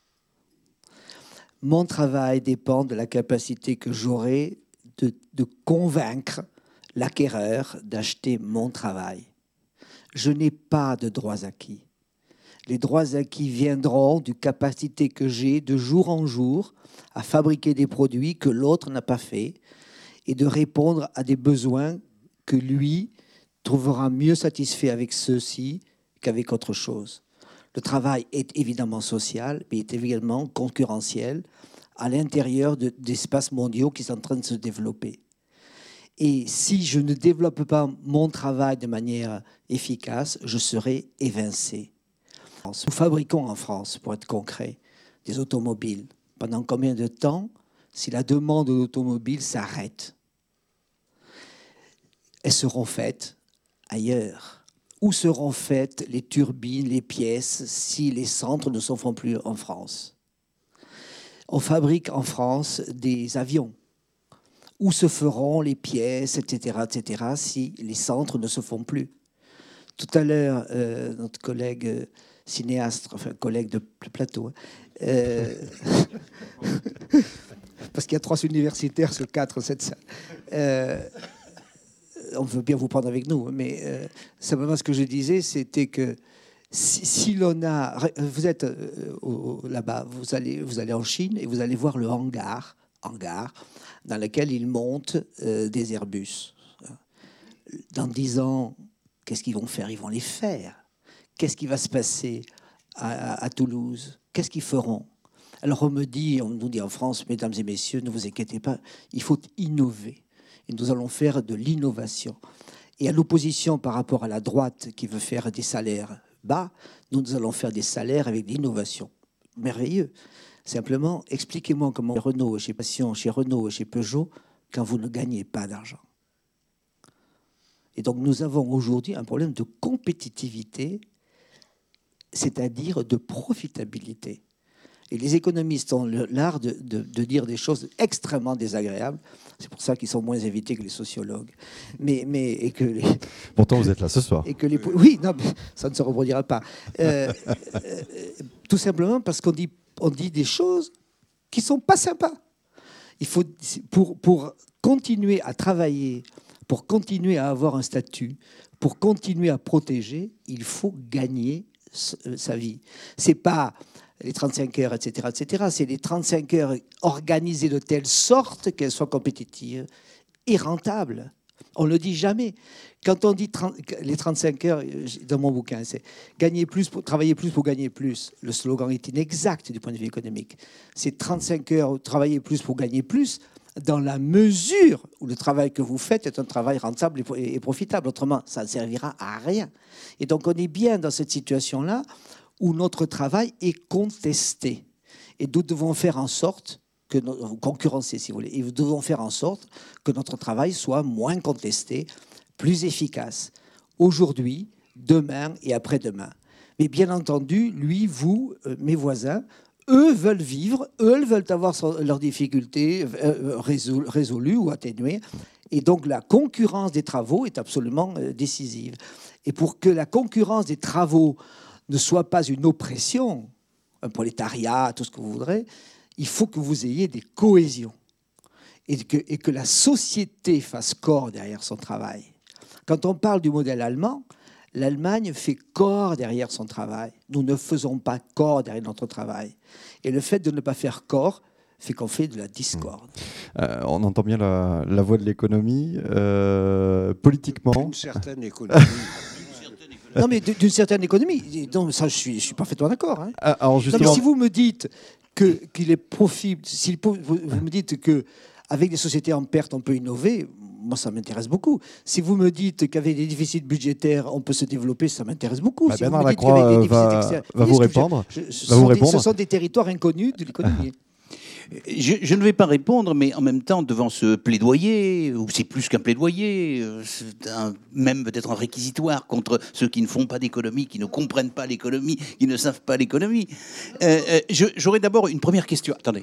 Mon travail dépend de la capacité que j'aurai de convaincre l'acquéreur d'acheter mon travail. Je n'ai pas de droits acquis. Les droits acquis viendront d'une capacité que j'ai de jour en jour à fabriquer des produits que l'autre n'a pas fait et de répondre à des besoins que lui trouvera mieux satisfaits avec ceux-ci qu'avec autre chose. Le travail est évidemment social, mais est évidemment concurrentiel à l'intérieur d'espaces mondiaux qui sont en train de se développer. Et si je ne développe pas mon travail de manière efficace, je serai évincé. Nous fabriquons en France, pour être concret, des automobiles. Pendant combien de temps, si la demande d'automobiles s'arrête? Elles seront faites ailleurs. Où seront faites les turbines, les pièces, si les centres ne s'en font plus en France? On fabrique en France des avions. Où se feront les pièces, etc., si les centres ne se font plus? Tout à l'heure, notre collègue cinéaste, enfin collègue de plateau, parce qu'il y a 3 universitaires sur 4 cette salle. On veut bien vous prendre avec nous, mais simplement ce que je disais, c'était que si l'on a... Vous êtes là-bas, vous allez en Chine et vous allez voir le hangar dans lequel ils montent des Airbus. Dans 10 ans, qu'est-ce qu'ils vont faire? Ils vont les faire. Qu'est-ce qui va se passer à Toulouse? Qu'est-ce qu'ils feront? Alors on nous dit en France, mesdames et messieurs, ne vous inquiétez pas, il faut innover. Et nous allons faire de l'innovation. Et à l'opposition par rapport à la droite qui veut faire des salaires bas, nous allons faire des salaires avec l'innovation. Merveilleux. Simplement, expliquez-moi comment Renault, chez Passion, chez Renault et chez Peugeot, quand vous ne gagnez pas d'argent. Et donc nous avons aujourd'hui un problème de compétitivité, c'est-à-dire de profitabilité. Et les économistes ont l'art de dire des choses extrêmement désagréables. C'est pour ça qu'ils sont moins invités que les sociologues. Et que Pourtant, vous êtes là ce soir. Et que oui, non, ça ne se reproduira pas. Tout simplement parce qu'on dit des choses qui ne sont pas sympas. Il faut, pour continuer à travailler, pour continuer à avoir un statut, pour continuer à protéger, il faut gagner sa vie. C'est pas les 35 heures, etc., c'est les 35 heures organisées de telle sorte qu'elles soient compétitives et rentables. On ne le dit jamais. Quand on dit les 35 heures, dans mon bouquin, c'est gagner plus, travailler plus pour gagner plus. Le slogan est inexact du point de vue économique. C'est 35 heures, travailler plus pour gagner plus, dans la mesure où le travail que vous faites est un travail rentable et profitable. Autrement, ça ne servira à rien. Et donc, on est bien dans cette situation-là où notre travail est contesté. Et nous devons faire en sorte que concurrencer, si vous voulez, et nous devons faire en sorte que notre travail soit moins contesté, plus efficace, aujourd'hui, demain et après-demain. Mais bien entendu, lui, vous, mes voisins, eux veulent vivre, eux veulent avoir leurs difficultés résolues ou atténuées. Et donc la concurrence des travaux est absolument décisive. Et pour que la concurrence des travaux ne soit pas une oppression, un prolétariat, tout ce que vous voudrez, il faut que vous ayez des cohésions et que la société fasse corps derrière son travail. Quand on parle du modèle allemand, l'Allemagne fait corps derrière son travail. Nous ne faisons pas corps derrière notre travail. Et le fait de ne pas faire corps fait qu'on fait de la discorde. On entend bien la voix de l'économie. Politiquement... Une certaine économie. Non, mais d'une certaine économie. Donc, ça, je suis parfaitement d'accord. Hein. Alors justement... Non, mais si vous me dites qu'il est profit, si vous me dites qu'avec des sociétés en perte, on peut innover, moi, ça m'intéresse beaucoup. Si vous me dites qu'avec des déficits budgétaires, on peut se développer, ça m'intéresse beaucoup. Si Bernard Lacroix va vous répondre. Ce sont des territoires inconnus de l'économie. Je ne vais pas répondre, mais en même temps, devant ce plaidoyer, ou c'est plus qu'un plaidoyer, même peut-être un réquisitoire contre ceux qui ne font pas d'économie, qui ne comprennent pas l'économie, qui ne savent pas l'économie, j'aurais d'abord une première question. Attendez.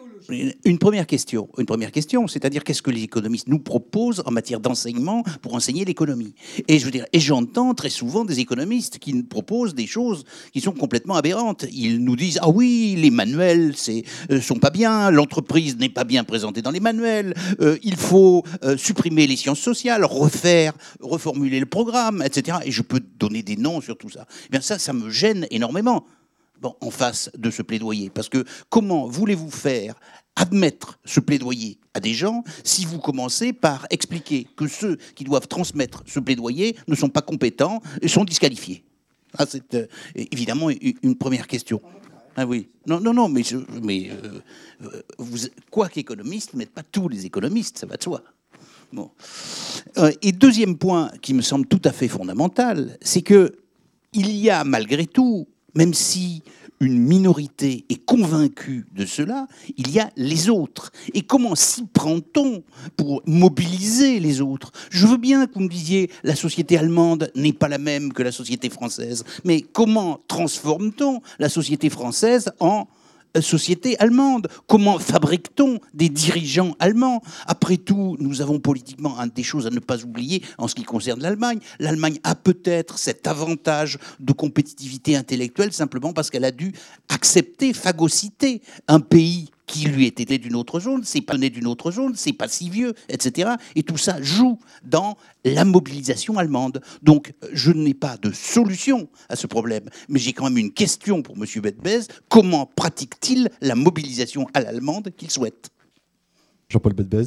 Une première question, c'est-à-dire qu'est-ce que les économistes nous proposent en matière d'enseignement pour enseigner l'économie. Et je veux dire, et j'entends très souvent des économistes qui nous proposent des choses qui sont complètement aberrantes. Ils nous disent ah oui, les manuels sont pas bien, l'entreprise n'est pas bien présentée dans les manuels, il faut supprimer les sciences sociales, reformuler le programme, etc. Et je peux donner des noms sur tout ça. Eh bien ça me gêne énormément. Bon, en face de ce plaidoyer. Parce que comment voulez-vous faire admettre ce plaidoyer à des gens si vous commencez par expliquer que ceux qui doivent transmettre ce plaidoyer ne sont pas compétents et sont disqualifiés? C'est évidemment une première question. Ah oui. Non, mais vous, quoi qu'économiste, vous n'êtes pas tous les économistes, ça va de soi. Bon. Et deuxième point qui me semble tout à fait fondamental, c'est que il y a malgré tout, même si une minorité est convaincue de cela, il y a les autres. Et comment s'y prend-on pour mobiliser les autres? Je veux bien que vous me disiez la société allemande n'est pas la même que la société française, mais comment transforme-t-on la société française en société allemande? Comment fabrique-t-on des dirigeants allemands? Après tout, nous avons politiquement des choses à ne pas oublier en ce qui concerne l'Allemagne. L'Allemagne a peut-être cet avantage de compétitivité intellectuelle simplement parce qu'elle a dû accepter, phagocyter un pays qui lui était d'une autre zone, c'est pas né d'une autre zone, c'est pas si vieux, etc. Et tout ça joue dans la mobilisation allemande. Donc, je n'ai pas de solution à ce problème, mais j'ai quand même une question pour M. Bedbez. Comment pratique-t-il la mobilisation à l'allemande qu'il souhaite? Jean-Paul Bedbez.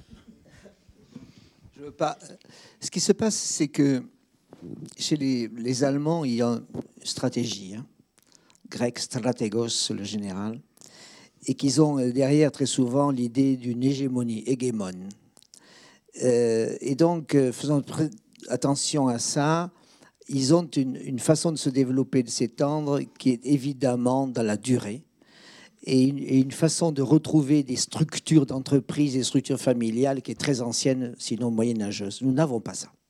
Je veux pas. Ce qui se passe, c'est que chez les Allemands, il y a une stratégie, grec, stratégos, le général, et qu'ils ont derrière très souvent l'idée d'une hégémonie, hégémone. Et donc, faisant attention à ça, ils ont une façon de se développer, de s'étendre, qui est évidemment dans la durée, et une façon de retrouver des structures d'entreprise, des structures familiales qui est très ancienne, sinon moyenâgeuse. Nous n'avons pas ça.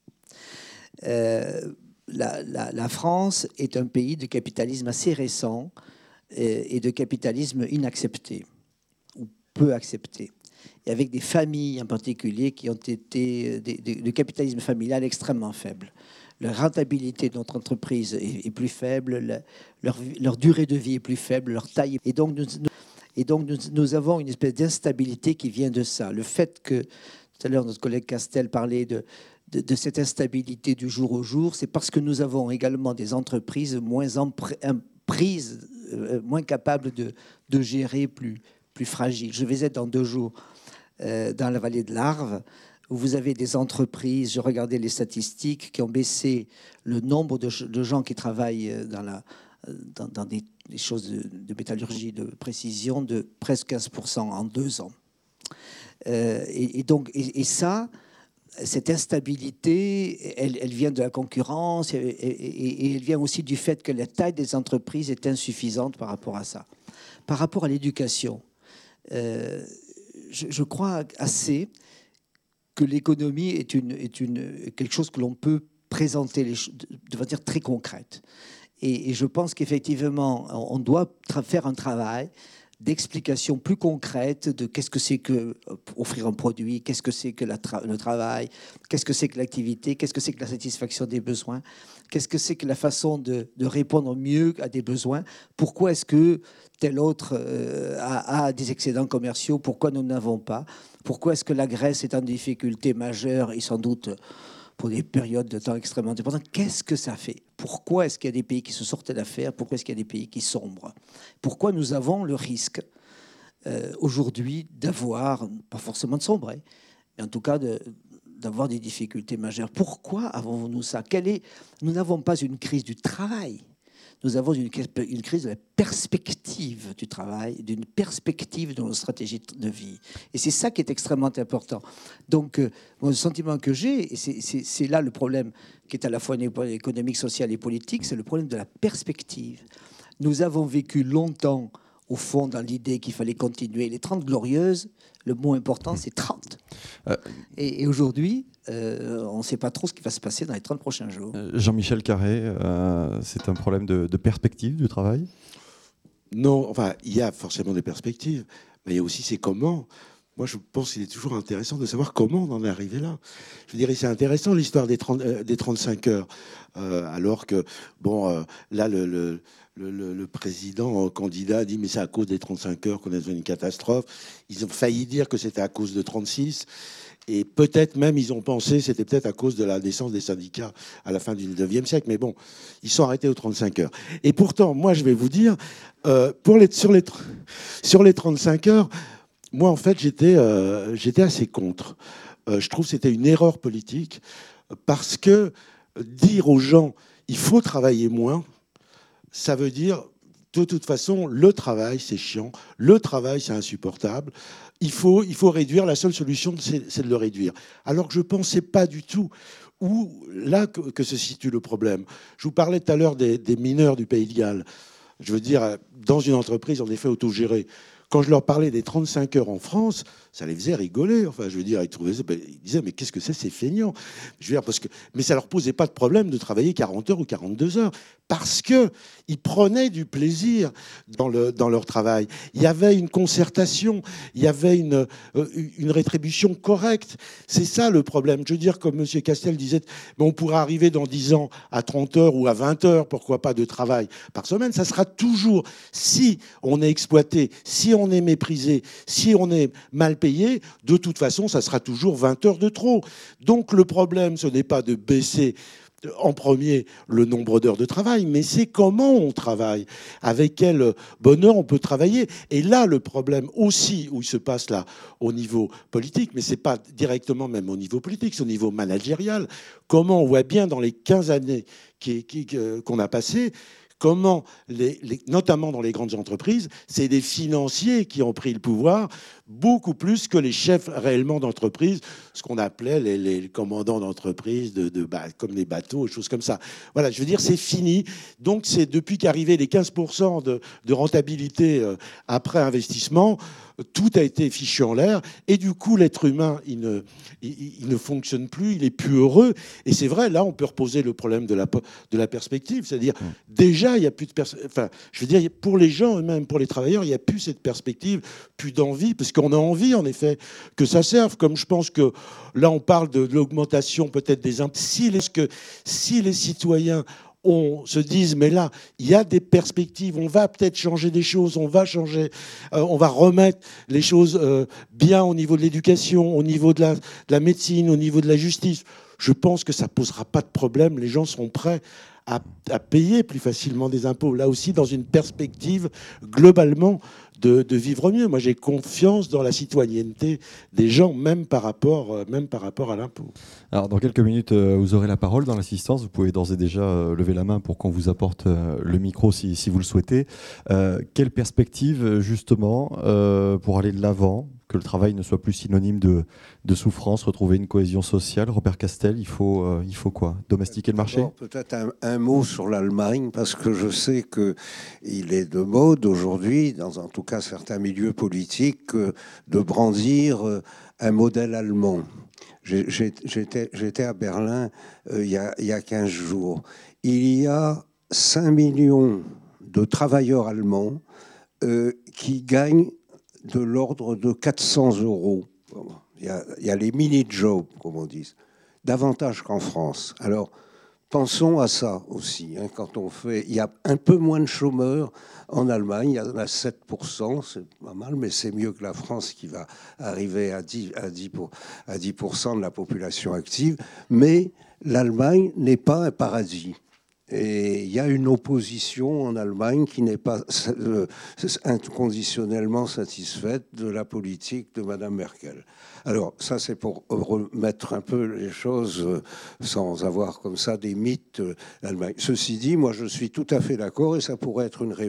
La France est un pays de capitalisme assez récent, et de capitalisme inaccepté, ou peu accepté, et avec des familles en particulier qui ont été de capitalisme familial extrêmement faible. La rentabilité de notre entreprise est plus faible, leur durée de vie est plus faible, leur taille. Et donc nous avons une espèce d'instabilité qui vient de ça. Le fait que, tout à l'heure, notre collègue Castel parlait de cette instabilité du jour au jour, c'est parce que nous avons également des entreprises prises, moins capables de gérer, plus fragiles. Je vais être dans 2 jours dans la vallée de l'Arve, où vous avez des entreprises, je regardais les statistiques, qui ont baissé le nombre de gens qui travaillent dans des choses de métallurgie, de précision, de presque 15% en 2 ans. Et ça, cette instabilité, elle vient de la concurrence et elle vient aussi du fait que la taille des entreprises est insuffisante par rapport à ça. Par rapport à l'éducation, je crois assez que l'économie est quelque chose que l'on peut présenter de manière très concrète. Et je pense qu'effectivement, on doit faire un travail d'explication plus concrète de qu'est-ce que c'est que offrir un produit, qu'est-ce que c'est que le travail, qu'est-ce que c'est que l'activité, qu'est-ce que c'est que la satisfaction des besoins, qu'est-ce que c'est que la façon de répondre mieux à des besoins, pourquoi est-ce que tel autre a des excédents commerciaux, pourquoi nous n'avons pas, pourquoi est-ce que la Grèce est en difficulté majeure et sans doute pour des périodes de temps extrêmement importantes. Qu'est-ce que ça fait? Pourquoi est-ce qu'il y a des pays qui se sortent d'affaires? Pourquoi est-ce qu'il y a des pays qui sombrent? Pourquoi nous avons le risque aujourd'hui d'avoir, pas forcément de sombrer, mais en tout cas d'avoir des difficultés majeures? Pourquoi avons-nous ça? Nous n'avons pas une crise du travail. Nous avons une crise de la perspective du travail, d'une perspective de nos stratégies de vie. Et c'est ça qui est extrêmement important. Donc, le sentiment que j'ai, et c'est là le problème qui est à la fois économique, social et politique, c'est le problème de la perspective. Nous avons vécu longtemps, au fond, dans l'idée qu'il fallait continuer. Les 30 glorieuses, le mot important, c'est 30. Et aujourd'hui, on ne sait pas trop ce qui va se passer dans les 30 prochains jours. Jean-Michel Carré, c'est un problème de perspective du travail? Non, enfin, il y a forcément des perspectives, mais il y a aussi c'est comment. Moi, je pense qu'il est toujours intéressant de savoir comment on en est arrivé là. Je dirais, c'est intéressant l'histoire des 35 heures, alors que, bon, là, le président candidat a dit mais c'est à cause des 35 heures qu'on a devenu une catastrophe. Ils ont failli dire que c'était à cause de 36. Et peut-être même, ils ont pensé, c'était peut-être à cause de la naissance des syndicats à la fin du 19e siècle. Mais bon, ils sont arrêtés aux 35 heures. Et pourtant, moi, je vais vous dire, sur les 35 heures, moi, en fait, j'étais assez contre. Je trouve que c'était une erreur politique parce que dire aux gens, il faut travailler moins, ça veut dire de toute façon, le travail, c'est chiant. Le travail, c'est insupportable. Il faut réduire. La seule solution, c'est de le réduire. Alors que je ne pensais pas du tout là que se situe le problème. Je vous parlais tout à l'heure des mineurs du Pays de Galles. Je veux dire, dans une entreprise, en effet, autogérée. Quand je leur parlais des 35 heures en France, ça les faisait rigoler. Enfin, je veux dire, ils disaient, mais qu'est-ce que c'est feignant. Je veux dire, mais ça leur posait pas de problème de travailler 40 heures ou 42 heures, parce qu'ils prenaient du plaisir dans leur travail. Il y avait une concertation, il y avait une rétribution correcte. C'est ça le problème. Je veux dire, comme M. Castel disait, mais on pourra arriver dans 10 ans à 30 heures ou à 20 heures, pourquoi pas, de travail par semaine. Ça sera toujours, si on est exploité, si on est méprisé, si on est mal payé, de toute façon, ça sera toujours 20 heures de trop. Donc le problème, ce n'est pas de baisser en premier le nombre d'heures de travail, mais c'est comment on travaille, avec quel bonheur on peut travailler. Et là, le problème aussi, où il se passe là, au niveau politique, mais c'est pas directement même au niveau politique, c'est au niveau managérial, comment on voit bien dans les 15 années qu'on a passées, comment, notamment dans les grandes entreprises, c'est des financiers qui ont pris le pouvoir beaucoup plus que les chefs réellement d'entreprise, ce qu'on appelait les commandants d'entreprise, comme les bateaux, choses comme ça. Voilà, je veux dire, c'est fini. Donc, c'est depuis qu'arrivaient les 15% de rentabilité après investissement, tout a été fichu en l'air. Et du coup, l'être humain, il ne fonctionne plus, il est plus heureux. Et c'est vrai, là, on peut reposer le problème de la perspective. C'est-à-dire, déjà, il n'y a plus de perspective. Enfin, je veux dire, pour les gens, même pour les travailleurs, il n'y a plus cette perspective, plus d'envie, parce qu'on a envie, en effet, que ça serve. Comme je pense que là, on parle de l'augmentation peut-être des impôts. Si les citoyens se disent, mais là, il y a des perspectives, on va peut-être changer des choses, on va remettre les choses bien au niveau de l'éducation, au niveau de la médecine, au niveau de la justice. Je pense que ça ne posera pas de problème. Les gens seront prêts à payer plus facilement des impôts. Là aussi, dans une perspective, globalement, de vivre mieux. Moi, j'ai confiance dans la citoyenneté des gens, même par rapport à l'impôt. Alors, dans quelques minutes, vous aurez la parole dans l'assistance. Vous pouvez d'ores et déjà lever la main pour qu'on vous apporte le micro si vous le souhaitez. Quelle perspective, justement, pour aller de l'avant, que le travail ne soit plus synonyme de souffrance, retrouver une cohésion sociale? Robert Castel, il faut quoi? Domestiquer le marché? Peut-être un mot sur l'Allemagne, parce que je sais qu'il est de mode aujourd'hui, dans en tout cas certains milieux politiques, de brandir un modèle allemand. J'étais à Berlin il y a 15 jours. Il y a 5 millions de travailleurs allemands qui gagnent de l'ordre de 400 €. Il y a les mini-jobs, comme on dit, davantage qu'en France. Alors, pensons à ça aussi. Il y a un peu moins de chômeurs en Allemagne, il y en a 7%, c'est pas mal, mais c'est mieux que la France qui va arriver à 10% de la population active. Mais l'Allemagne n'est pas un paradis. Et il y a une opposition en Allemagne qui n'est pas inconditionnellement satisfaite de la politique de Mme Merkel. Alors, ça, c'est pour remettre un peu les choses sans avoir comme ça des mythes d'Allemagne. Ceci dit, moi, je suis tout à fait d'accord, et ça pourrait être une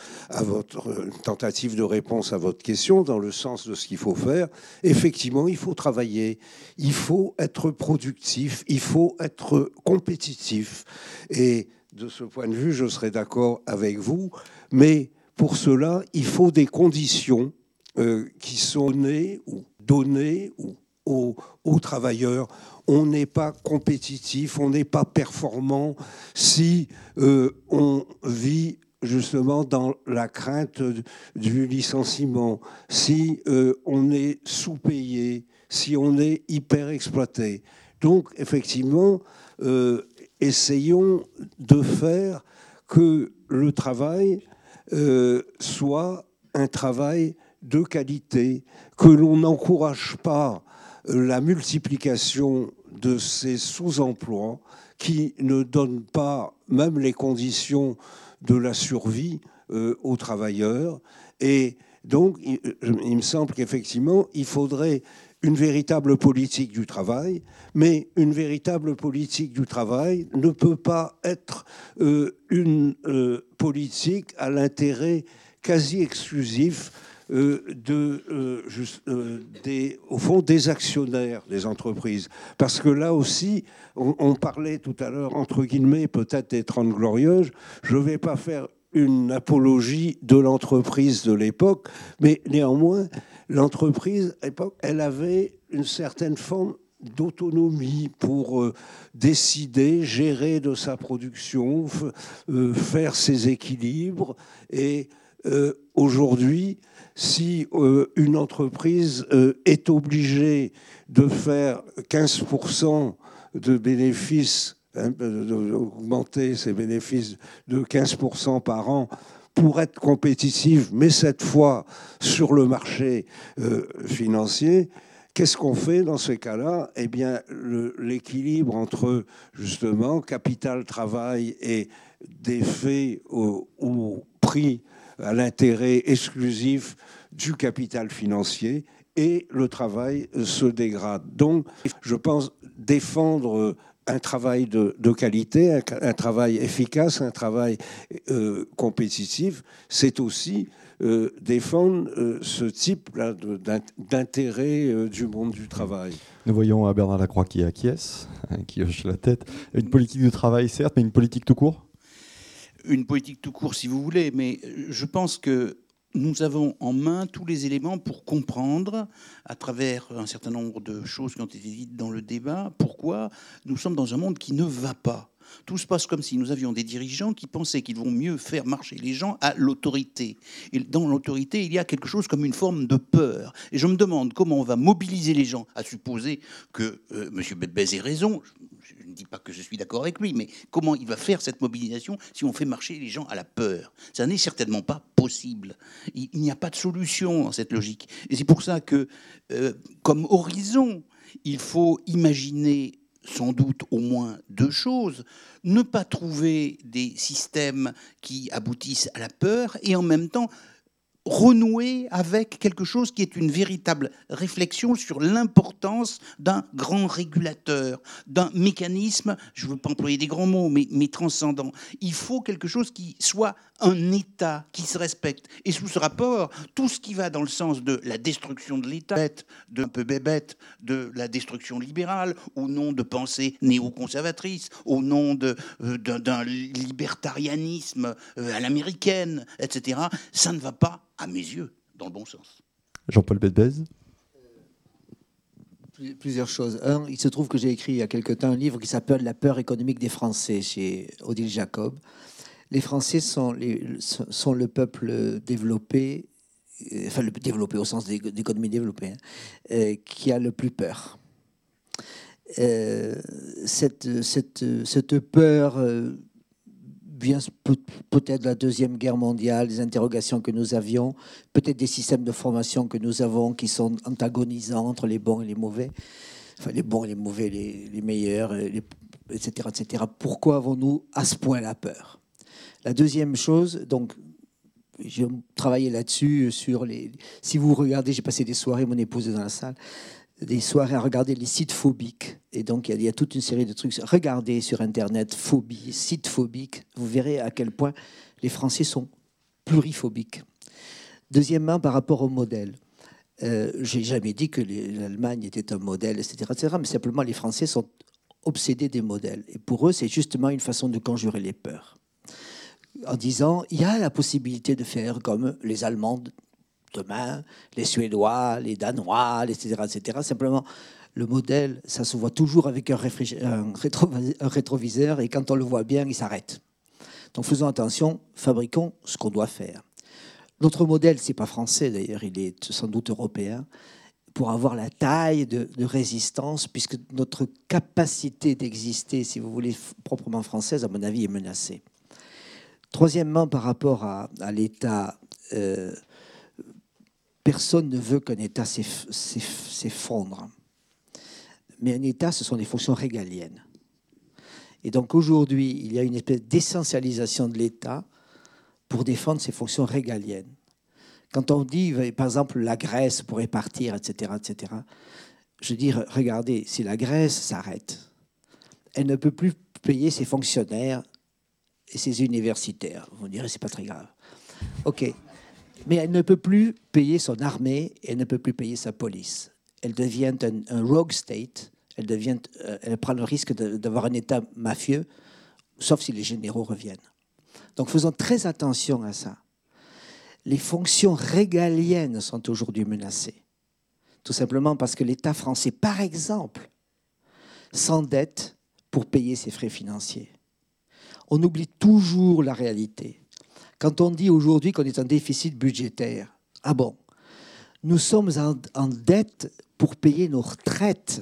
tentative de réponse à votre question, dans le sens de ce qu'il faut faire. Effectivement, il faut travailler, il faut être productif, il faut être compétitif. Et de ce point de vue, je serais d'accord avec vous, mais pour cela, il faut des conditions qui sont données aux travailleurs. On n'est pas compétitif, on n'est pas performant si on vit justement dans la crainte du licenciement, si on est sous-payé, si on est hyper exploité. Donc, effectivement, essayons de faire que le travail soit un travail de qualité, que l'on n'encourage pas la multiplication de ces sous-emplois qui ne donnent pas même les conditions de la survie aux travailleurs. Et donc, il me semble qu'effectivement, il faudrait une véritable politique du travail, mais une véritable politique du travail ne peut pas être une politique à l'intérêt quasi exclusif au fond, des actionnaires des entreprises. Parce que là aussi, on parlait tout à l'heure, entre guillemets, peut-être des 30 glorieuses. Je ne vais pas faire une apologie de l'entreprise de l'époque, mais néanmoins, l'entreprise, à l'époque, elle avait une certaine forme d'autonomie pour décider, gérer de sa production, faire ses équilibres. Et aujourd'hui, si une entreprise est obligée de faire 15% de bénéfices, d'augmenter ses bénéfices de 15% par an pour être compétitive, mais cette fois sur le marché financier, qu'est-ce qu'on fait dans ces cas-là ? Eh bien, l'équilibre entre, justement, capital, travail et des faits au prix, à l'intérêt exclusif du capital financier, et le travail se dégrade. Donc, je pense défendre un travail de qualité, un travail efficace, un travail compétitif, c'est aussi défendre ce type-là d'intérêt du monde du travail. Nous voyons Bernard Lacroix qui acquiesce, qui hoche la tête. Une politique de travail, certes, mais une politique tout court ? Une politique tout court, si vous voulez, mais je pense que nous avons en main tous les éléments pour comprendre, à travers un certain nombre de choses qui ont été dites dans le débat, pourquoi nous sommes dans un monde qui ne va pas. Tout se passe comme si nous avions des dirigeants qui pensaient qu'ils vont mieux faire marcher les gens à l'autorité. Et dans l'autorité, il y a quelque chose comme une forme de peur. Et je me demande comment on va mobiliser les gens, à supposer que M. Bedbez ait raison. Je ne dis pas que je suis d'accord avec lui, mais comment il va faire cette mobilisation si on fait marcher les gens à la peur ? Ça n'est certainement pas possible. Il n'y a pas de solution dans cette logique. Et c'est pour ça que, comme horizon, il faut imaginer sans doute au moins deux choses. Ne pas trouver des systèmes qui aboutissent à la peur et en même temps renouer avec quelque chose qui est une véritable réflexion sur l'importance d'un grand régulateur, d'un mécanisme, je ne veux pas employer des grands mots, mais transcendant. Il faut quelque chose qui soit un État qui se respecte. Et sous ce rapport, tout ce qui va dans le sens de la destruction de l'État, de un peu bébête, de la destruction libérale, au nom de pensées néoconservatrices, au nom d'un libertarianisme à l'américaine, etc., ça ne va pas, à mes yeux, dans le bon sens. Jean-Paul Bedbez ? Plusieurs choses. Un, il se trouve que j'ai écrit il y a quelque temps un livre qui s'appelle « La peur économique des Français » chez Odile Jacob. Les Français sont le peuple développé, enfin le développé au sens d'économie développée, qui a le plus peur. Cette peur vient peut-être de la Deuxième Guerre mondiale, des interrogations que nous avions, peut-être des systèmes de formation que nous avons qui sont antagonisants entre les bons et les mauvais, enfin les bons et les mauvais, les meilleurs, etc., etc. Pourquoi avons-nous à ce point la peur ? La deuxième chose, donc, j'ai travaillé là-dessus, si vous regardez, j'ai passé des soirées, mon épouse est dans la salle, des soirées à regarder les sites phobiques. Et donc, il y a toute une série de trucs. Regardez sur Internet, phobie, sites phobiques. Vous verrez à quel point les Français sont pluriphobiques. Deuxièmement, par rapport au modèle. J'ai jamais dit que l'Allemagne était un modèle, etc., mais simplement, les Français sont obsédés des modèles. Et pour eux, c'est justement une façon de conjurer les peurs. En disant, il y a la possibilité de faire comme les Allemands demain, les Suédois, les Danois, etc., etc. Simplement, le modèle, ça se voit toujours avec un rétroviseur, et quand on le voit bien, il s'arrête. Donc faisons attention, fabriquons ce qu'on doit faire. Notre modèle, c'est pas français d'ailleurs, il est sans doute européen, pour avoir la taille de résistance, puisque notre capacité d'exister, si vous voulez, proprement française, à mon avis, est menacée. Troisièmement, par rapport à l'État, personne ne veut qu'un État s'effondre. Mais un État, ce sont des fonctions régaliennes. Et donc aujourd'hui, il y a une espèce d'essentialisation de l'État pour défendre ses fonctions régaliennes. Quand on dit, par exemple, la Grèce pourrait partir, etc., etc., Je dis, regardez, si la Grèce s'arrête, elle ne peut plus payer ses fonctionnaires et ses universitaires. Vous me direz, c'est pas très grave. OK. Mais elle ne peut plus payer son armée et elle ne peut plus payer sa police. Elle devient un rogue state. Elle prend le risque d'avoir un État mafieux, sauf si les généraux reviennent. Donc faisons très attention à ça. Les fonctions régaliennes sont aujourd'hui menacées. Tout simplement parce que l'État français, par exemple, s'endette pour payer ses frais financiers. On oublie toujours la réalité. Quand on dit aujourd'hui qu'on est en déficit budgétaire, ah bon, nous sommes en dette pour payer nos retraites.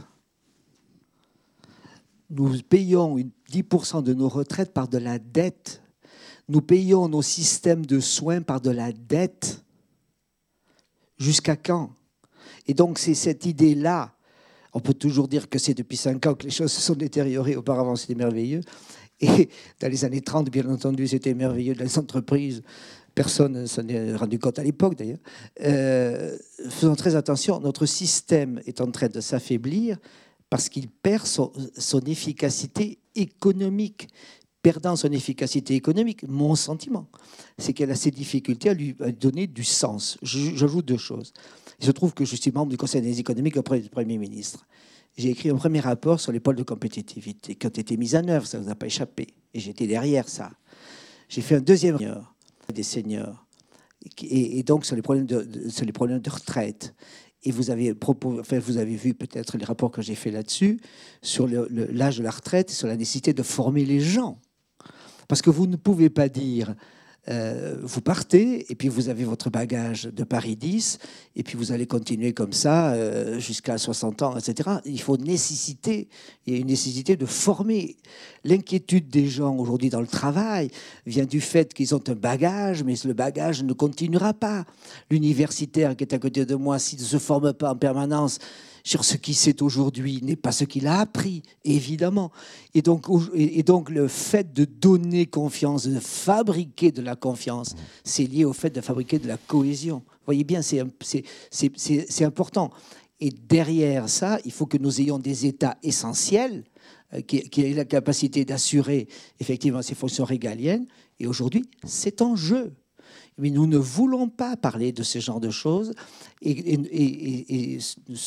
Nous payons 10% de nos retraites par de la dette. Nous payons nos systèmes de soins par de la dette. Jusqu'à quand? Et donc, c'est cette idée-là. On peut toujours dire que c'est depuis 5 ans que les choses se sont détériorées. Auparavant, c'était merveilleux. Et dans les années 30, bien entendu, c'était merveilleux dans les entreprises. Personne ne s'en est rendu compte à l'époque, d'ailleurs. Faisons très attention. Notre système est en train de s'affaiblir parce qu'il perd son efficacité économique. Perdant son efficacité économique, mon sentiment, c'est qu'elle a ses difficultés à lui donner du sens. J'ajoute 2 choses. Il se trouve que je suis membre du Conseil des économiques auprès du Premier ministre. J'ai écrit un premier rapport sur les pôles de compétitivité qui ont été mis en œuvre, ça ne vous a pas échappé. Et j'étais derrière ça. J'ai fait un deuxième des seniors, et donc sur les problèmes de retraite. Et vous avez vu peut-être les rapports que j'ai faits là-dessus, sur l'âge de la retraite, sur la nécessité de former les gens. Parce que vous ne pouvez pas dire... vous partez, et puis vous avez votre bagage de Paris 10, et puis vous allez continuer comme ça jusqu'à 60 ans, etc. Il y a une nécessité de former. L'inquiétude des gens aujourd'hui dans le travail vient du fait qu'ils ont un bagage, mais le bagage ne continuera pas. L'universitaire qui est à côté de moi, s'il ne se forme pas en permanence sur ce qu'il sait aujourd'hui, n'est pas ce qu'il a appris, évidemment. Et donc le fait de donner confiance, de fabriquer de la confiance, c'est lié au fait de fabriquer de la cohésion. Vous voyez bien, c'est important. Et derrière ça, il faut que nous ayons des États essentiels qui aient la capacité d'assurer effectivement ces fonctions régaliennes. Et aujourd'hui, c'est en jeu. Mais nous ne voulons pas parler de ce genre de choses et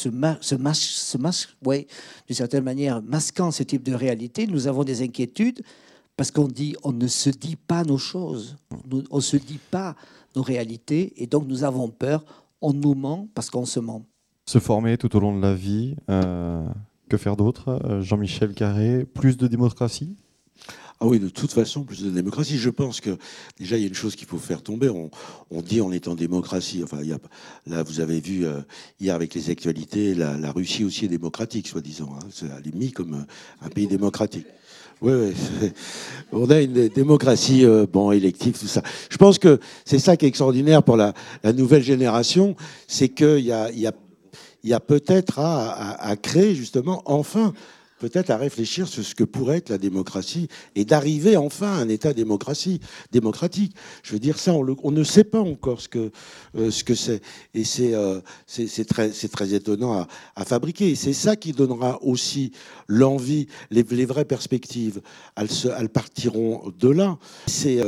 d'une certaine manière, masquant ce type de réalité, nous avons des inquiétudes parce qu'on ne se dit pas nos choses, on ne se dit pas nos réalités et donc nous avons peur, on nous ment parce qu'on se ment. Se former tout au long de la vie, que faire d'autre? Jean-Michel Carré, plus de démocratie? Ah oui, de toute façon, plus de démocratie. Je pense que déjà, il y a une chose qu'il faut faire tomber. On dit on est en démocratie. Enfin, là, vous avez vu hier avec les actualités, la Russie aussi est démocratique, soi-disant. Hein. Elle est mise comme un pays démocratique. Oui. On a une démocratie élective, tout ça. Je pense que c'est ça qui est extraordinaire pour la nouvelle génération, c'est qu'il y a peut-être à créer justement enfin. Peut-être à réfléchir sur ce que pourrait être la démocratie et d'arriver enfin à un État démocratique. Je veux dire ça, on ne sait pas encore ce que c'est. Et c'est très étonnant à fabriquer. Et c'est ça qui donnera aussi l'envie, les vraies perspectives. Elles partiront de là. C'est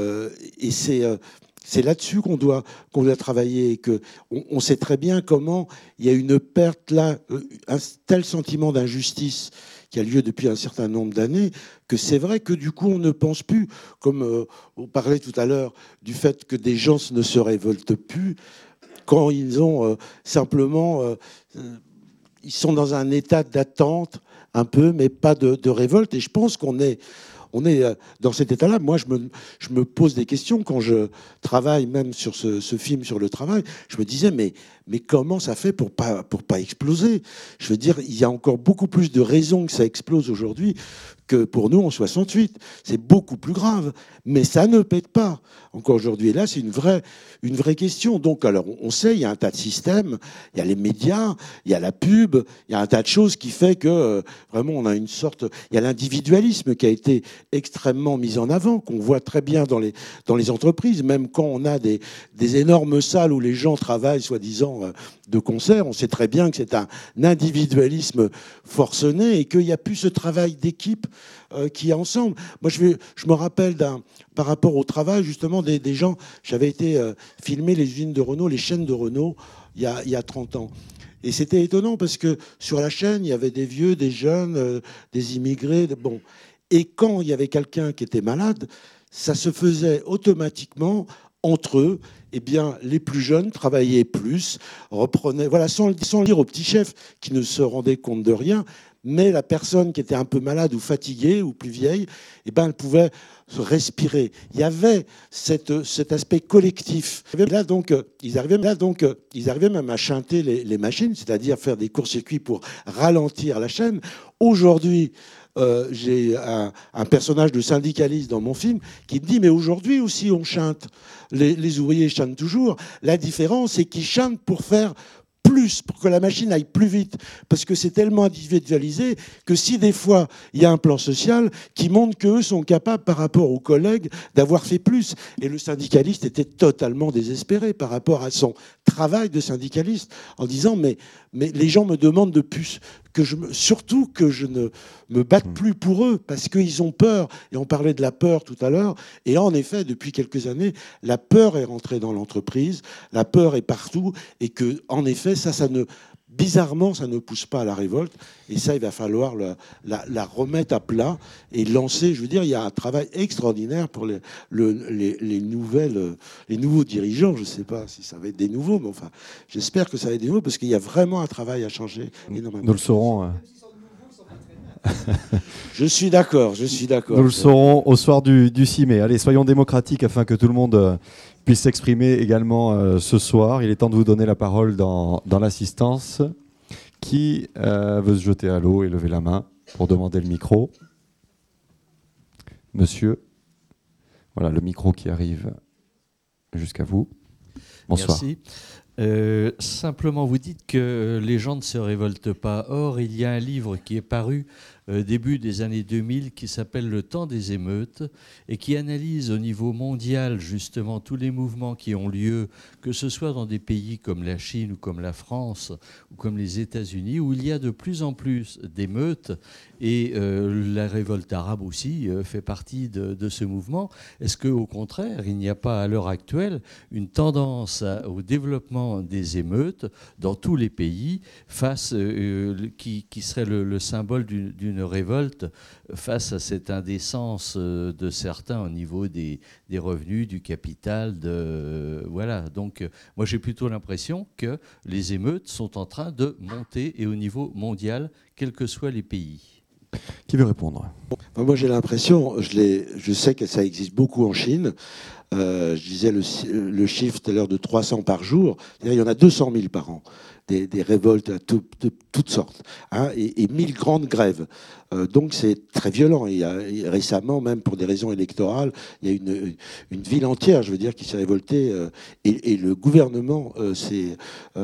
là-dessus qu'on doit travailler et que on sait très bien comment il y a une perte là, un tel sentiment d'injustice qui a lieu depuis un certain nombre d'années, que c'est vrai que du coup on ne pense plus, comme on parlait tout à l'heure, du fait que des gens ne se révoltent plus quand ils ont simplement... ils sont dans un état d'attente un peu, mais pas de révolte. Et je pense qu'on est dans cet état-là. Moi, je me pose des questions quand je travaille même sur ce film sur le travail. Je me disais, mais comment ça fait pour pas exploser? Je veux dire, il y a encore beaucoup plus de raisons que ça explose aujourd'hui que pour nous en 68. C'est beaucoup plus grave, mais ça ne pète pas encore aujourd'hui. Et là, c'est une vraie question. Donc, alors, on sait, il y a un tas de systèmes, il y a les médias, il y a la pub, il y a un tas de choses qui fait que vraiment, on a une sorte... Il y a l'individualisme qui a été extrêmement mis en avant, qu'on voit très bien dans les entreprises, même quand on a des énormes salles où les gens travaillent, soi-disant, de concert. On sait très bien que c'est un individualisme forcené et qu'il n'y a plus ce travail d'équipe qui est ensemble. Moi, je me rappelle par rapport au travail, justement, des gens. J'avais été filmer les usines de Renault, les chaînes de Renault, il y a 30 ans. Et c'était étonnant parce que sur la chaîne, il y avait des vieux, des jeunes, des immigrés. Bon. Et quand il y avait quelqu'un qui était malade, ça se faisait automatiquement entre eux. Eh bien, les plus jeunes travaillaient plus, reprenaient, voilà, sans dire au petit chef qui ne se rendait compte de rien. Mais la personne qui était un peu malade ou fatiguée ou plus vieille, eh ben, elle pouvait se respirer. Il y avait cet aspect collectif. Et là, donc, ils arrivaient même à chanter les machines, c'est-à-dire faire des courts-circuits pour ralentir la chaîne. Aujourd'hui, j'ai un personnage de syndicaliste dans mon film qui me dit mais aujourd'hui aussi on chante. Les ouvriers chantent toujours. La différence, c'est qu'ils chantent pour faire plus, pour que la machine aille plus vite. Parce que c'est tellement individualisé que si des fois il y a un plan social qui montre qu'eux sont capables par rapport aux collègues d'avoir fait plus. Et le syndicaliste était totalement désespéré par rapport à son travail de syndicaliste en disant mais les gens me demandent de plus. Surtout que je ne me batte plus pour eux parce qu'ils ont peur. Et on parlait de la peur tout à l'heure. Et en effet, depuis quelques années, la peur est rentrée dans l'entreprise. La peur est partout. Et que, en effet, bizarrement, ça ne pousse pas à la révolte. Et ça, il va falloir la remettre à plat et lancer. Je veux dire, il y a un travail extraordinaire pour les nouveaux dirigeants. Je ne sais pas si ça va être des nouveaux, mais enfin, j'espère que ça va être des nouveaux parce qu'il y a vraiment un travail à changer énormément. Nous le saurons. Je suis d'accord. Nous le saurons au soir du 6 mai. Allez, soyons démocratiques afin que tout le monde puisse s'exprimer également ce soir. Il est temps de vous donner la parole dans l'assistance. Qui veut se jeter à l'eau et lever la main pour demander le micro? Monsieur. Voilà, le micro qui arrive jusqu'à vous. Bonsoir. Merci. Simplement, vous dites que les gens ne se révoltent pas. Or, il y a un livre qui est paru début des années 2000 qui s'appelle « Le temps des émeutes » et qui analyse au niveau mondial justement tous les mouvements qui ont lieu, que ce soit dans des pays comme la Chine ou comme la France ou comme les États-Unis, où il y a de plus en plus d'émeutes et la révolte arabe aussi fait partie de ce mouvement. Est-ce qu'au contraire, il n'y a pas à l'heure actuelle une tendance au développement des émeutes dans tous les pays qui serait le symbole d'une révolte face à cette indécence de certains au niveau des revenus, du capital, voilà. Donc, moi, j'ai plutôt l'impression que les émeutes sont en train de monter et au niveau mondial, quels que soient les pays. Qui veut répondre? Moi, j'ai l'impression, je sais que ça existe beaucoup en Chine. Je disais le chiffre tout à l'heure de 300 par jour. Il y en a 200 000 par an. Des révoltes de toutes sortes, hein, et 1000 grandes grèves. Donc c'est très violent. Il y a récemment, même pour des raisons électorales, il y a une ville entière, je veux dire, qui s'est révoltée et le gouvernement s'est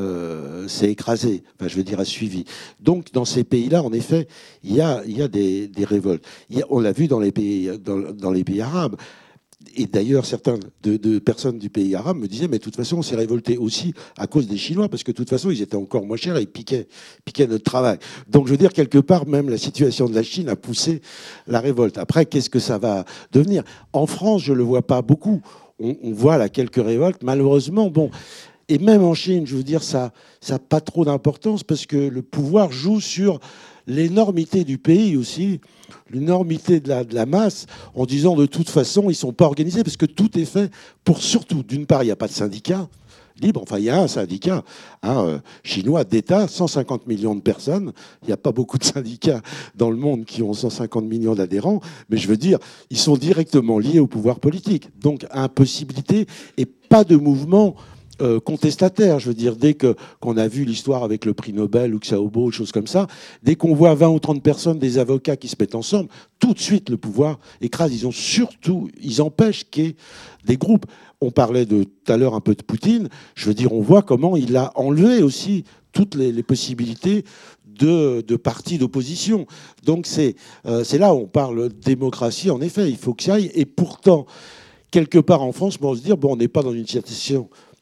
écrasé. Enfin, je veux dire, a suivi. Donc dans ces pays-là, en effet, il y a des révoltes. On l'a vu dans les pays arabes. Et d'ailleurs, certaines de personnes du pays arabe me disaient, mais de toute façon, on s'est révolté aussi à cause des Chinois, parce que de toute façon, ils étaient encore moins chers et ils piquaient notre travail. Donc, je veux dire, quelque part, même la situation de la Chine a poussé la révolte. Après, qu'est-ce que ça va devenir? En France, je ne le vois pas beaucoup. On voit là quelques révoltes, malheureusement. Bon. Et même en Chine, je veux dire, ça n'a pas trop d'importance, parce que le pouvoir joue sur l'énormité du pays aussi, l'énormité de la masse, en disant de toute façon, ils ne sont pas organisés, parce que tout est fait pour surtout, d'une part, il n'y a pas de syndicat libre, enfin il y a un syndicat chinois d'État, 150 millions de personnes, il n'y a pas beaucoup de syndicats dans le monde qui ont 150 millions d'adhérents, mais je veux dire, ils sont directement liés au pouvoir politique, donc impossibilité et pas de mouvement contestataire. Je veux dire, dès qu'on a vu l'histoire avec le prix Nobel ou Xiaobo, choses comme ça, dès qu'on voit 20 ou 30 personnes, des avocats qui se mettent ensemble, tout de suite le pouvoir écrase. Ils empêchent qu'il y ait des groupes. On parlait tout à l'heure un peu de Poutine. Je veux dire, on voit comment il a enlevé aussi toutes les possibilités de partis d'opposition. Donc c'est là où on parle de démocratie. En effet, il faut que ça aille. Et pourtant, quelque part en France, on se dire, bon, on n'est pas dans une situation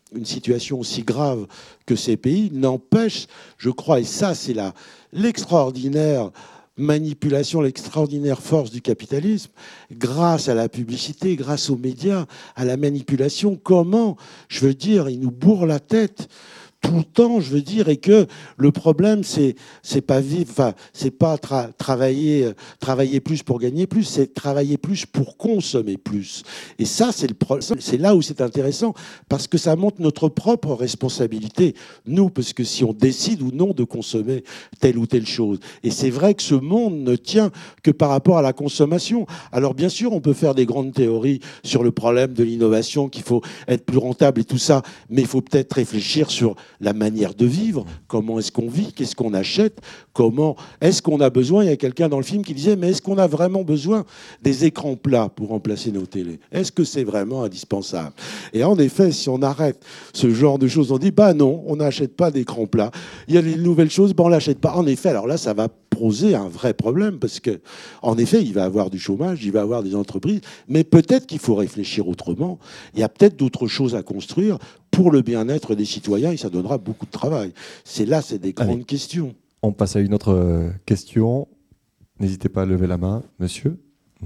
une situation aussi grave que ces pays, n'empêche, je crois, et ça c'est l'extraordinaire manipulation, l'extraordinaire force du capitalisme, grâce à la publicité, grâce aux médias, à la manipulation, comment, je veux dire, il nous bourre la tête tout le temps, je veux dire, et que le problème, c'est pas vivre, enfin, c'est pas travailler plus pour gagner plus, c'est travailler plus pour consommer plus. Et ça, c'est là où c'est intéressant, parce que ça montre notre propre responsabilité, nous, parce que si on décide ou non de consommer telle ou telle chose. Et c'est vrai que ce monde ne tient que par rapport à la consommation. Alors, bien sûr, on peut faire des grandes théories sur le problème de l'innovation, qu'il faut être plus rentable et tout ça, mais il faut peut-être réfléchir sur la manière de vivre, comment est-ce qu'on vit, qu'est-ce qu'on achète, comment est-ce qu'on a besoin. Il y a quelqu'un dans le film qui disait, mais est-ce qu'on a vraiment besoin des écrans plats pour remplacer nos télés? Est-ce que c'est vraiment indispensable? Et en effet, si on arrête ce genre de choses, on dit, bah non, on n'achète pas d'écran plat. Il y a des nouvelles choses, bah on l'achète pas. En effet, alors là, ça va poser un vrai problème, parce que, en effet, il va y avoir du chômage, il va y avoir des entreprises, mais peut-être qu'il faut réfléchir autrement. Il y a peut-être d'autres choses à construire pour le bien-être des citoyens, et ça donnera beaucoup de travail. C'est des grandes questions. On passe à une autre question. N'hésitez pas à lever la main, monsieur.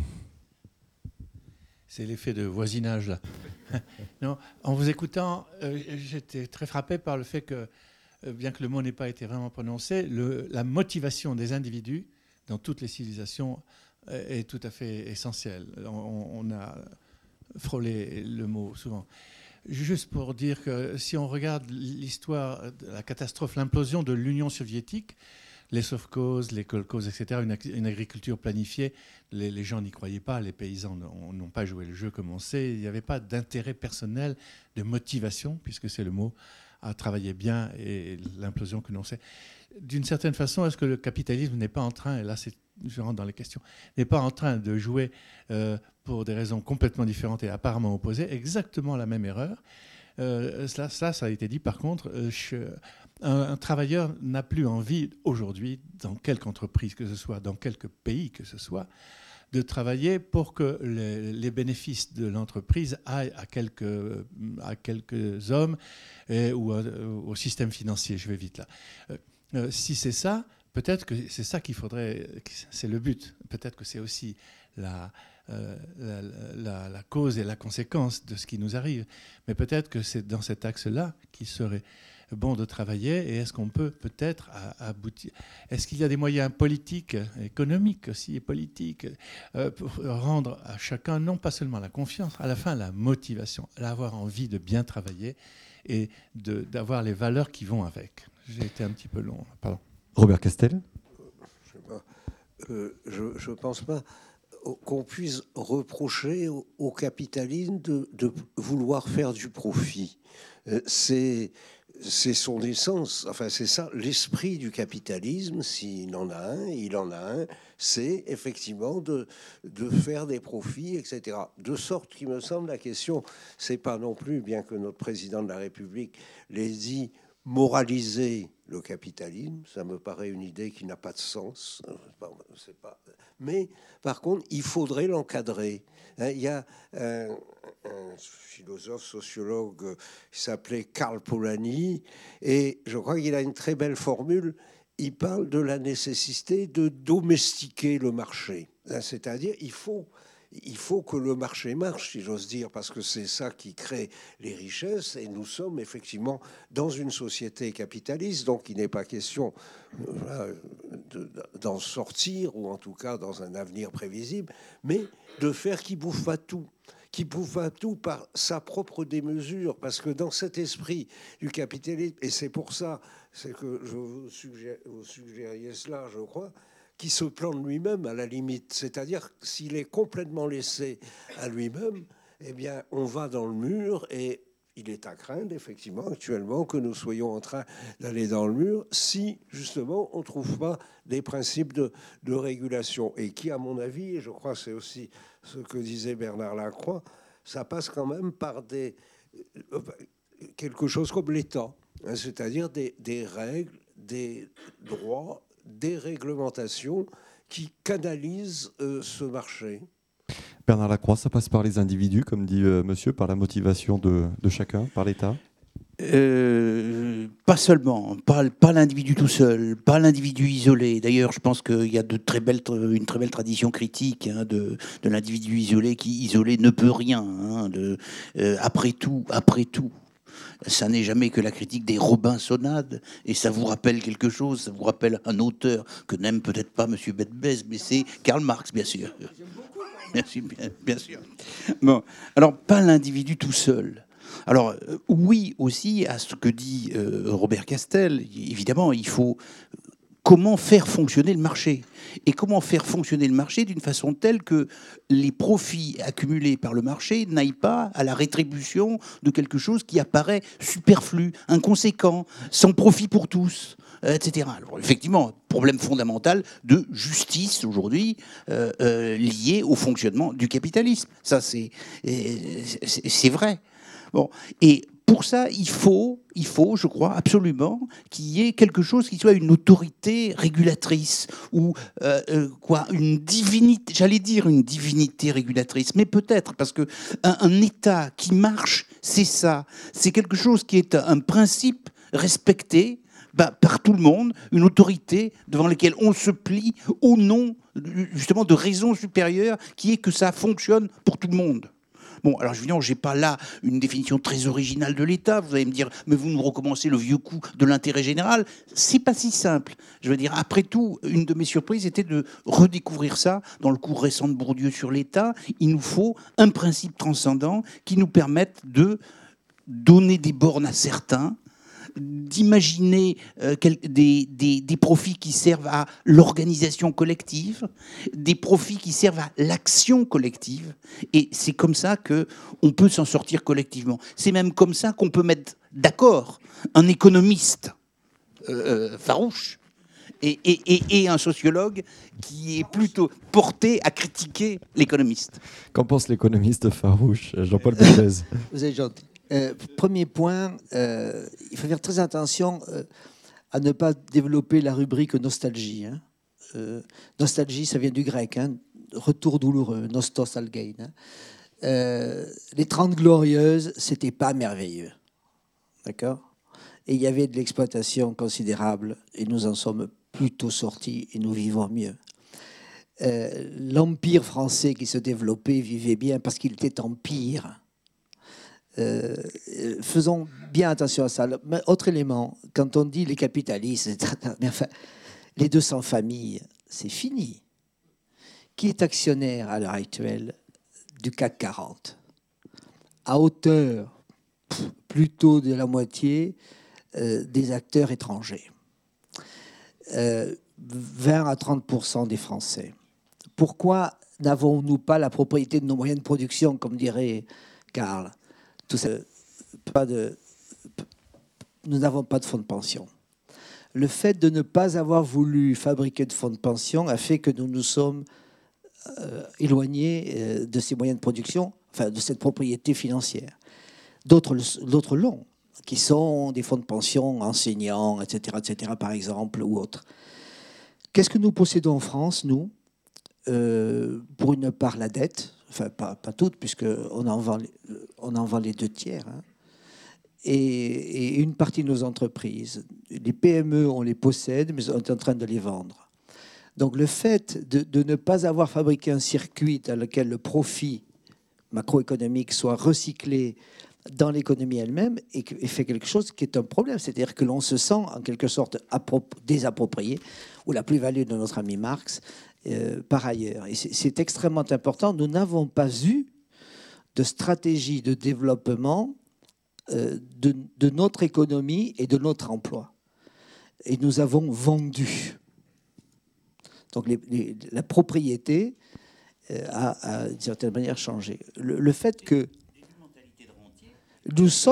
C'est l'effet de voisinage, là. Non, en vous écoutant, j'étais très frappé par le fait que, bien que le mot n'ait pas été vraiment prononcé, la motivation des individus dans toutes les civilisations est tout à fait essentielle. On a frôlé le mot souvent. Juste pour dire que si on regarde l'histoire de la catastrophe, l'implosion de l'Union soviétique, les sovkhozs, les kolkhozs, etc., une agriculture planifiée, les gens n'y croyaient pas, les paysans n'ont pas joué le jeu comme on sait, il n'y avait pas d'intérêt personnel, de motivation, puisque c'est le mot, à travailler bien, et l'implosion que l'on sait. D'une certaine façon, est-ce que le capitalisme n'est pas en train, et là je rentre dans les questions, n'est pas en train de jouer pour des raisons complètement différentes et apparemment opposées, exactement la même erreur? Ça a été dit par contre, un travailleur n'a plus envie aujourd'hui, dans quelque entreprise que ce soit, dans quelque pays que ce soit, de travailler pour que les bénéfices de l'entreprise aillent à quelques hommes ou au système financier. Je vais vite là. Si c'est ça, peut-être que c'est ça qu'il faudrait, c'est le but. Peut-être que c'est aussi la cause et la conséquence de ce qui nous arrive. Mais peut-être que c'est dans cet axe-là qu'il serait bon de travailler. Et est-ce qu'on peut peut-être aboutir? Est-ce qu'il y a des moyens politiques, économiques aussi, et politiques, pour rendre à chacun, non pas seulement la confiance, à la fin la motivation, avoir envie de bien travailler et d'avoir les valeurs qui vont avec? J'ai été un petit peu long. Pardon. Robert Castel? Je ne pense pas qu'on puisse reprocher au capitalisme de vouloir faire du profit. C'est son essence, enfin c'est ça, l'esprit du capitalisme, s'il en a un, il en a un, c'est effectivement de faire des profits, etc. De sorte qu'il me semble, la question, c'est pas non plus, bien que notre président de la République l'ait dit, moraliser le capitalisme, ça me paraît une idée qui n'a pas de sens. Mais par contre, il faudrait l'encadrer. Il y a un philosophe, sociologue qui s'appelait Karl Polanyi, et je crois qu'il a une très belle formule. Il parle de la nécessité de domestiquer le marché. C'est-à-dire, il faut que le marché marche, si j'ose dire, parce que c'est ça qui crée les richesses, et nous sommes effectivement dans une société capitaliste, donc il n'est pas question d'en sortir, ou en tout cas dans un avenir prévisible, mais de faire qui bouffe à tout par sa propre démesure, parce que dans cet esprit du capitalisme, et c'est pour ça, c'est que vous suggériez cela, je crois, qui se plante lui-même à la limite. C'est-à-dire que s'il est complètement laissé à lui-même, eh bien, on va dans le mur, et il est à craindre, effectivement, actuellement, que nous soyons en train d'aller dans le mur si, justement, on ne trouve pas des principes de régulation. Et qui, à mon avis, et je crois que c'est aussi ce que disait Bernard Lacroix, ça passe quand même par quelque chose comme l'État, hein, c'est-à-dire des règles, des droits, des réglementations qui canalisent ce marché. Bernard Lacroix, ça passe par les individus, comme dit monsieur, par la motivation de chacun, par l'État? Pas seulement, pas l'individu tout seul, pas l'individu isolé. D'ailleurs, je pense qu'il y a une très belle tradition critique de l'individu isolé qui, isolé, ne peut rien. Après tout, ça n'est jamais que la critique des Robinsonades. Et ça vous rappelle quelque chose, ça vous rappelle un auteur que n'aime peut-être pas M. Bedbez, mais c'est Karl Marx, bien sûr. Bien sûr. Bon, alors, pas l'individu tout seul. Alors, oui, aussi, à ce que dit Robert Castel, évidemment, il faut comment faire fonctionner le marché. Et comment faire fonctionner le marché d'une façon telle que les profits accumulés par le marché n'aillent pas à la rétribution de quelque chose qui apparaît superflu, inconséquent, sans profit pour tous, etc. Alors, effectivement, problème fondamental de justice aujourd'hui lié au fonctionnement du capitalisme. Ça, c'est vrai. Bon, et pour ça, il faut, je crois, absolument qu'il y ait quelque chose qui soit une autorité régulatrice ou une divinité, j'allais dire une divinité régulatrice, mais peut-être parce que un État qui marche, c'est ça, c'est quelque chose qui est un principe respecté par tout le monde, une autorité devant laquelle on se plie au nom justement de raisons supérieures qui est que ça fonctionne pour tout le monde. Bon, alors évidemment, je n'ai pas là une définition très originale de l'État. Vous allez me dire, mais vous nous recommencez le vieux coup de l'intérêt général. C'est pas si simple. Je veux dire, après tout, une de mes surprises était de redécouvrir ça dans le cours récent de Bourdieu sur l'État. Il nous faut un principe transcendant qui nous permette de donner des bornes à certains, d'imaginer des profits qui servent à l'organisation collective, des profits qui servent à l'action collective. Et c'est comme ça qu'on peut s'en sortir collectivement. C'est même comme ça qu'on peut mettre d'accord un économiste farouche et un sociologue qui est plutôt porté à critiquer l'économiste. Qu'en pense l'économiste farouche, Jean-Paul Bedbez? Vous êtes gentil. Premier point, il faut faire très attention à ne pas développer la rubrique nostalgie. Nostalgie, ça vient du grec, retour douloureux, nostos algein. Les 30 glorieuses, c'était pas merveilleux. D'accord? Et il y avait de l'exploitation considérable, et nous en sommes plutôt sortis, et nous vivons mieux. L'empire français qui se développait vivait bien parce qu'il était empire. Faisons bien attention à ça. Mais autre élément, quand on dit les capitalistes, mais enfin, les 200 familles, c'est fini. Qui est actionnaire à l'heure actuelle du CAC 40? À hauteur, plutôt de la moitié des acteurs étrangers. 20 à 30% des Français. Pourquoi n'avons-nous pas la propriété de nos moyens de production, comme dirait Karl? Tout ça, nous n'avons pas de fonds de pension. Le fait de ne pas avoir voulu fabriquer de fonds de pension a fait que nous nous sommes éloignés de ces moyens de production, enfin de cette propriété financière. D'autres l'ont, qui sont des fonds de pension enseignants, etc., par exemple, ou autres. Qu'est-ce que nous possédons en France, nous? Pour une part, la dette. Enfin, pas toutes, puisqu'on en vend les 2/3. Et une partie de nos entreprises. Les PME, on les possède, mais on est en train de les vendre. Donc le fait de ne pas avoir fabriqué un circuit dans lequel le profit macroéconomique soit recyclé dans l'économie elle-même et fait quelque chose qui est un problème. C'est-à-dire que l'on se sent en quelque sorte désapproprié, ou la plus-value de notre ami Marx, par ailleurs. Et c'est extrêmement important. Nous n'avons pas eu de stratégie de développement de notre économie et de notre emploi. Et nous avons vendu. Donc la propriété a d'une certaine manière changé. Le fait que nous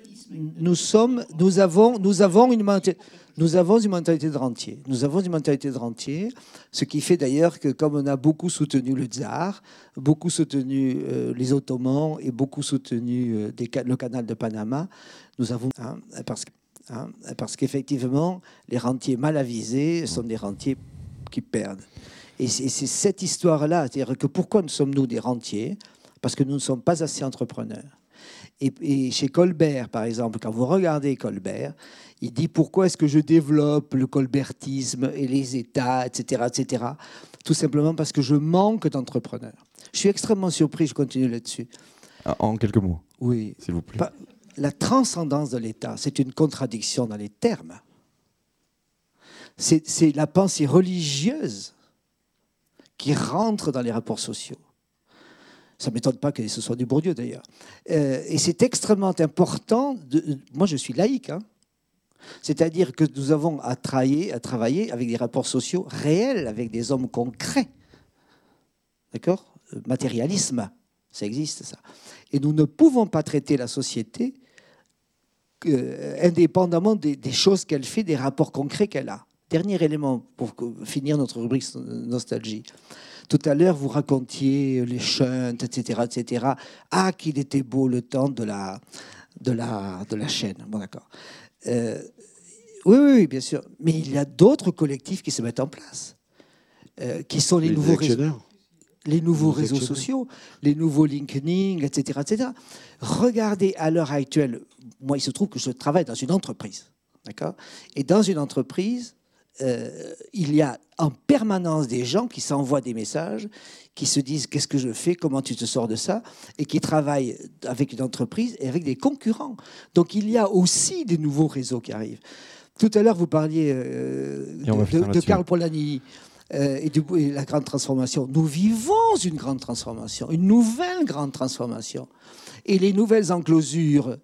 avons une mentalité de rentier. Nous avons une mentalité de rentier, ce qui fait d'ailleurs que comme on a beaucoup soutenu le tsar, beaucoup soutenu les Ottomans et beaucoup soutenu le canal de Panama, nous avons parce qu'effectivement les rentiers mal avisés sont des rentiers qui perdent. Et c'est cette histoire-là, c'est-à-dire que pourquoi nous sommes-nous des rentiers? Parce que nous ne sommes pas assez entrepreneurs. Et chez Colbert, par exemple, quand vous regardez Colbert, il dit pourquoi est-ce que je développe le colbertisme et les États, etc., etc. Tout simplement parce que je manque d'entrepreneurs. Je suis extrêmement surpris, je continue là-dessus. En quelques mots, Oui. s'il vous plaît. La transcendance de l'État, c'est une contradiction dans les termes. C'est la pensée religieuse qui rentre dans les rapports sociaux. Ça ne m'étonne pas que ce soit du Bourdieu, d'ailleurs. Et c'est extrêmement important. Moi, je suis laïque. Hein. C'est-à-dire que nous avons à travailler avec des rapports sociaux réels, avec des hommes concrets. D'accord ? Matérialisme, ça existe, ça. Et nous ne pouvons pas traiter la société indépendamment des choses qu'elle fait, des rapports concrets qu'elle a. Dernier élément pour finir notre rubrique nostalgie. Tout à l'heure, vous racontiez les shunts, etc., etc. Ah, qu'il était beau le temps de la chaîne. Bon, d'accord. Oui, bien sûr. Mais il y a d'autres collectifs qui se mettent en place, qui sont les nouveaux réseaux sociaux, les nouveaux LinkedIn, etc., etc. Regardez à l'heure actuelle. Moi, il se trouve que je travaille dans une entreprise, d'accord ? Et dans une entreprise, il y a en permanence des gens qui s'envoient des messages, qui se disent qu'est-ce que je fais, comment tu te sors de ça, et qui travaillent avec une entreprise et avec des concurrents. Donc il y a aussi des nouveaux réseaux qui arrivent. Tout à l'heure, vous parliez de Karl Polanyi et la grande transformation. Nous vivons une grande transformation, une nouvelle grande transformation. Et les nouvelles enclosures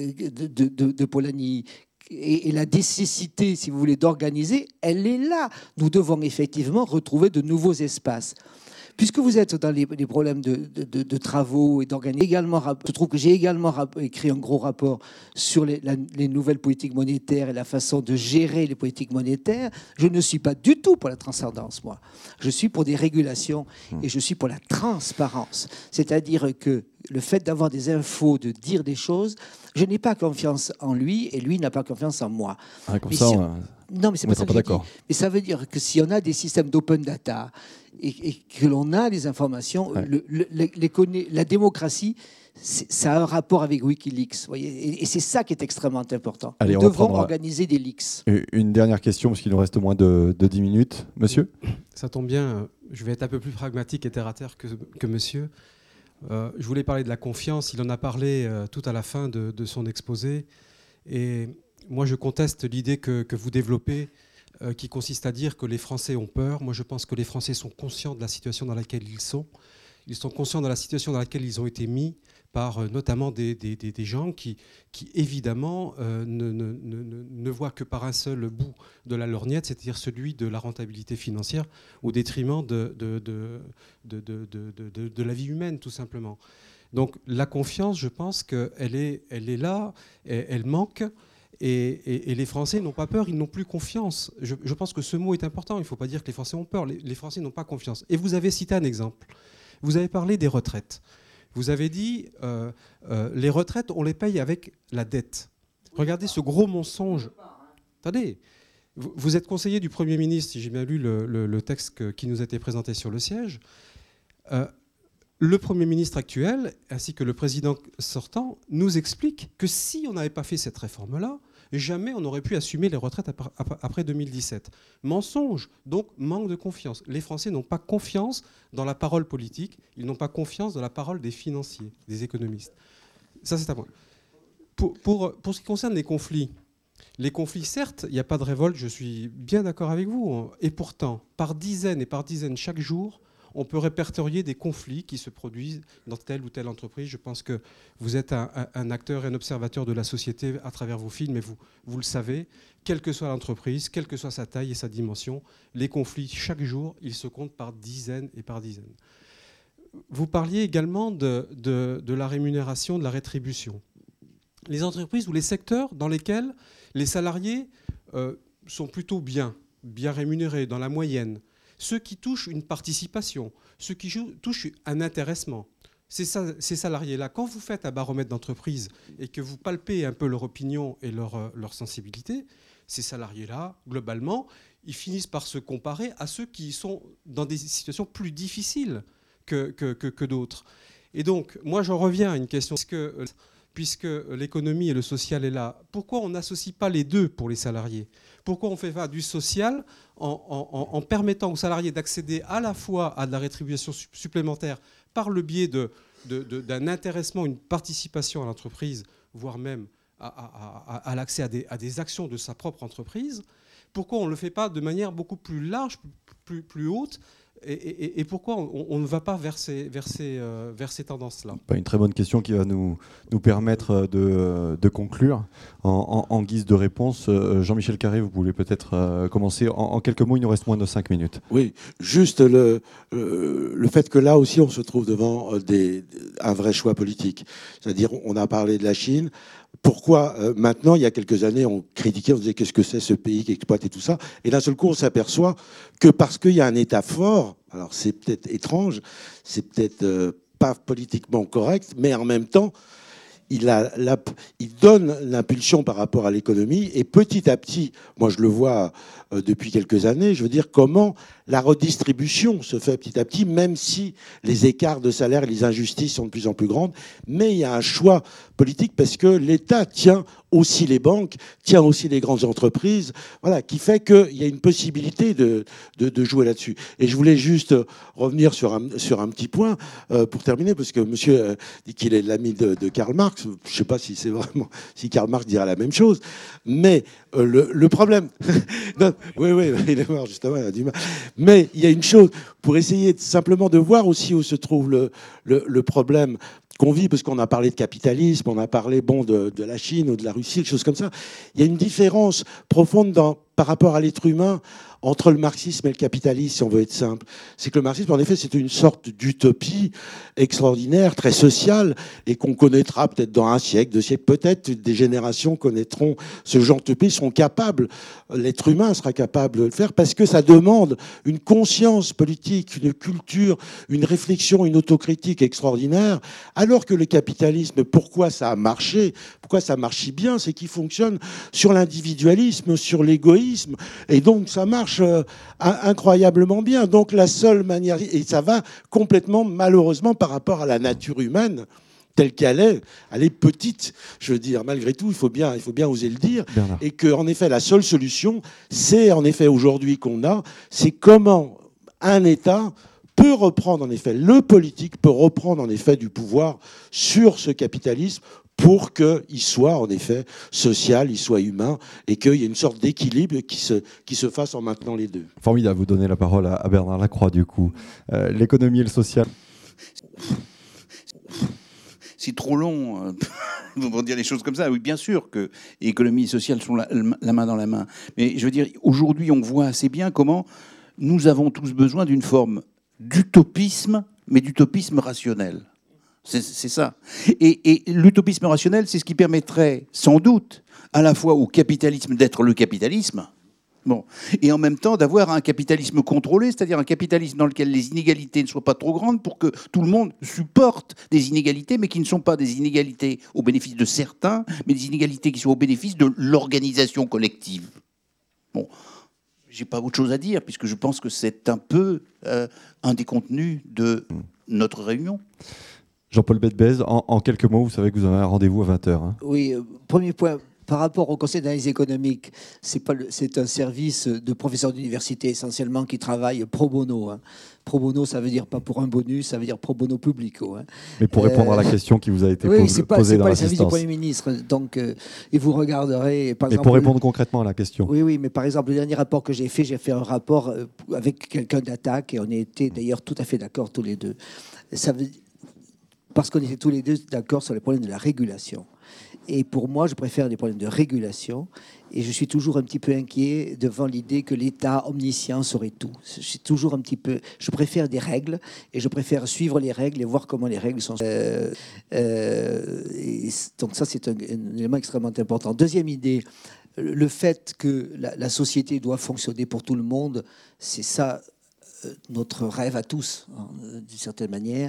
de Polanyi, et la nécessité, si vous voulez, d'organiser, elle est là. Nous devons effectivement retrouver de nouveaux espaces. Puisque vous êtes dans les problèmes de travaux et d'organisation, je trouve que j'ai également écrit un gros rapport sur les nouvelles politiques monétaires et la façon de gérer les politiques monétaires. Je ne suis pas du tout pour la transcendance, moi. Je suis pour des régulations et je suis pour la transparence. C'est-à-dire que le fait d'avoir des infos, de dire des choses, je n'ai pas confiance en lui et lui n'a pas confiance en moi. Ah, comme ça, non, mais c'est pas ça que je dis. Mais ça veut dire que si on a des systèmes d'open data et que l'on a les informations, la démocratie, ça a un rapport avec Wikileaks. Voyez, et c'est ça qui est extrêmement important. Allez, nous devons organiser des leaks. Une dernière question, parce qu'il nous reste moins de 10 minutes. Monsieur ? Ça tombe bien, je vais être un peu plus pragmatique et terre-à-terre que monsieur. Je voulais parler de la confiance. Il en a parlé tout à la fin de son exposé. Et moi, je conteste l'idée que vous développez, qui consiste à dire que les Français ont peur. Moi, je pense que les Français sont conscients de la situation dans laquelle ils sont. Ils sont conscients de la situation dans laquelle ils ont été mis par notamment des gens qui évidemment, ne voient que par un seul bout de la lorgnette, c'est-à-dire celui de la rentabilité financière, au détriment de la vie humaine, tout simplement. Donc la confiance, je pense qu'elle est là, elle manque. Et les Français n'ont pas peur, ils n'ont plus confiance. Je pense que ce mot est important. Il ne faut pas dire que les Français ont peur. Les Français n'ont pas confiance. Et vous avez cité un exemple. Vous avez parlé des retraites. Vous avez dit les retraites, on les paye avec la dette. Regardez ce gros mensonge. Attendez, vous êtes conseiller du Premier ministre, si j'ai bien lu le texte qui nous a été présenté sur le siège. Le Premier ministre actuel, ainsi que le président sortant, nous expliquent que si on n'avait pas fait cette réforme-là, jamais on n'aurait pu assumer les retraites après 2017. Mensonge, donc manque de confiance. Les Français n'ont pas confiance dans la parole politique, ils n'ont pas confiance dans la parole des financiers, des économistes. Ça, c'est un point. Pour ce qui concerne les conflits, certes, il n'y a pas de révolte, je suis bien d'accord avec vous. Et pourtant, par dizaines et par dizaines chaque jour, on peut répertorier des conflits qui se produisent dans telle ou telle entreprise. Je pense que vous êtes un acteur et un observateur de la société à travers vos films, et vous le savez, quelle que soit l'entreprise, quelle que soit sa taille et sa dimension, les conflits, chaque jour, ils se comptent par dizaines et par dizaines. Vous parliez également de la rémunération, de la rétribution. Les entreprises ou les secteurs dans lesquels les salariés sont plutôt bien rémunérés, dans la moyenne, ceux qui touchent une participation, ceux qui touchent un intéressement, ces salariés-là, quand vous faites un baromètre d'entreprise et que vous palpez un peu leur opinion et leur sensibilité, ces salariés-là, globalement, ils finissent par se comparer à ceux qui sont dans des situations plus difficiles que d'autres. Et donc, moi, je reviens à une question. Puisque l'économie et le social est là, pourquoi on n'associe pas les deux pour les salariés? Pourquoi on ne fait pas du social en permettant aux salariés d'accéder à la fois à de la rétribution supplémentaire par le biais d'un intéressement, une participation à l'entreprise, voire même à l'accès à des actions de sa propre entreprise? Pourquoi on ne le fait pas de manière beaucoup plus large, plus haute? Et pourquoi on ne va pas vers ces tendances-là? Une très bonne question qui va nous permettre de conclure. En guise de réponse, Jean-Michel Carré, vous voulez peut-être commencer en quelques mots, il nous reste moins de 5 minutes. Oui, juste le fait que là aussi on se trouve devant un vrai choix politique. C'est-à-dire, on a parlé de la Chine. Pourquoi maintenant, il y a quelques années, on critiquait, on disait qu'est-ce que c'est ce pays qui exploite et tout ça. Et d'un seul coup, on s'aperçoit que parce qu'il y a un État fort, alors c'est peut-être étrange, c'est peut-être pas politiquement correct, mais en même temps, il donne l'impulsion par rapport à l'économie. Et petit à petit, moi je le vois depuis quelques années, je veux dire comment la redistribution se fait petit à petit, même si les écarts de salaire et les injustices sont de plus en plus grandes. Mais il y a un choix politique parce que l'État tient aussi les banques, tient aussi les grandes entreprises, voilà, qui fait qu'il y a une possibilité de jouer là-dessus. Et je voulais juste revenir sur un petit point pour terminer, parce que monsieur dit qu'il est l'ami de Karl Marx. Je ne sais pas si c'est vraiment si Karl Marx dirait la même chose, mais le problème... non, oui, il est mort justement, il a du mal. Mais il y a une chose, pour essayer simplement de voir aussi où se trouve le problème qu'on vit, parce qu'on a parlé de capitalisme, on a parlé de la Chine ou de la Russie, quelque chose comme ça. Il y a une différence profonde par rapport à l'être humain entre le marxisme et le capitalisme, si on veut être simple. C'est que le marxisme, en effet, c'est une sorte d'utopie extraordinaire, très sociale, et qu'on connaîtra peut-être dans un siècle, 2 siècles, peut-être des générations connaîtront ce genre d'utopie, seront capables, l'être humain sera capable de le faire, parce que ça demande une conscience politique, une culture, une réflexion, une autocritique extraordinaire, alors que le capitalisme, pourquoi ça a marché, pourquoi ça marche si bien, c'est qu'il fonctionne sur l'individualisme, sur l'égoïsme, et donc ça marche incroyablement bien. Donc la seule manière, et ça va complètement malheureusement par rapport à la nature humaine telle qu'elle est, elle est petite, je veux dire, malgré tout, il faut bien oser le dire, Bernard. Et que en effet la seule solution, c'est en effet aujourd'hui qu'on a, c'est comment un État peut reprendre en effet, le politique peut reprendre en effet du pouvoir sur ce capitalisme pour qu'il soit en effet social, il soit humain, et qu'il y ait une sorte d'équilibre qui se fasse en maintenant les deux. Formidable, vous donnez la parole à Bernard Lacroix du coup. L'économie et le social. C'est trop long pour dire les choses comme ça. Oui, bien sûr que économie et sociale sont la main dans la main. Mais je veux dire, aujourd'hui, on voit assez bien comment nous avons tous besoin d'une forme d'utopisme, mais d'utopisme rationnel. C'est ça. Et l'utopisme rationnel, c'est ce qui permettrait, sans doute, à la fois au capitalisme d'être le capitalisme, bon, et en même temps d'avoir un capitalisme contrôlé, c'est-à-dire un capitalisme dans lequel les inégalités ne soient pas trop grandes pour que tout le monde supporte des inégalités, mais qui ne sont pas des inégalités au bénéfice de certains, mais des inégalités qui sont au bénéfice de l'organisation collective. Bon, j'ai pas autre chose à dire, puisque je pense que c'est un peu un des contenus de notre réunion. Jean-Paul Bedbez, en quelques mots, vous savez que vous avez un rendez-vous à 20h. Hein. Oui, premier point. Par rapport au Conseil d'analyse économique, c'est un service de professeurs d'université essentiellement qui travaille pro bono. Hein. Pro bono, ça veut dire pas pour un bonus, ça veut dire pro bono publico. Hein. Mais pour répondre à la question qui vous a été posée dans l'assistance. C'est pas le service du Premier ministre. Donc, et vous regarderez... Par exemple, pour répondre concrètement à la question. Oui, mais par exemple, le dernier rapport que j'ai fait un rapport avec quelqu'un d'Attaque et on était d'ailleurs tout à fait d'accord tous les deux. Parce qu'on était tous les deux d'accord sur les problèmes de la régulation. Et pour moi, je préfère les problèmes de régulation. Et je suis toujours un petit peu inquiet devant l'idée que l'État omniscient saurait tout. Je suis toujours un petit peu... Je préfère des règles et je préfère suivre les règles et voir comment les règles sont... donc ça, c'est un élément extrêmement important. Deuxième idée, le fait que la société doit fonctionner pour tout le monde, c'est ça notre rêve à tous, hein, d'une certaine manière.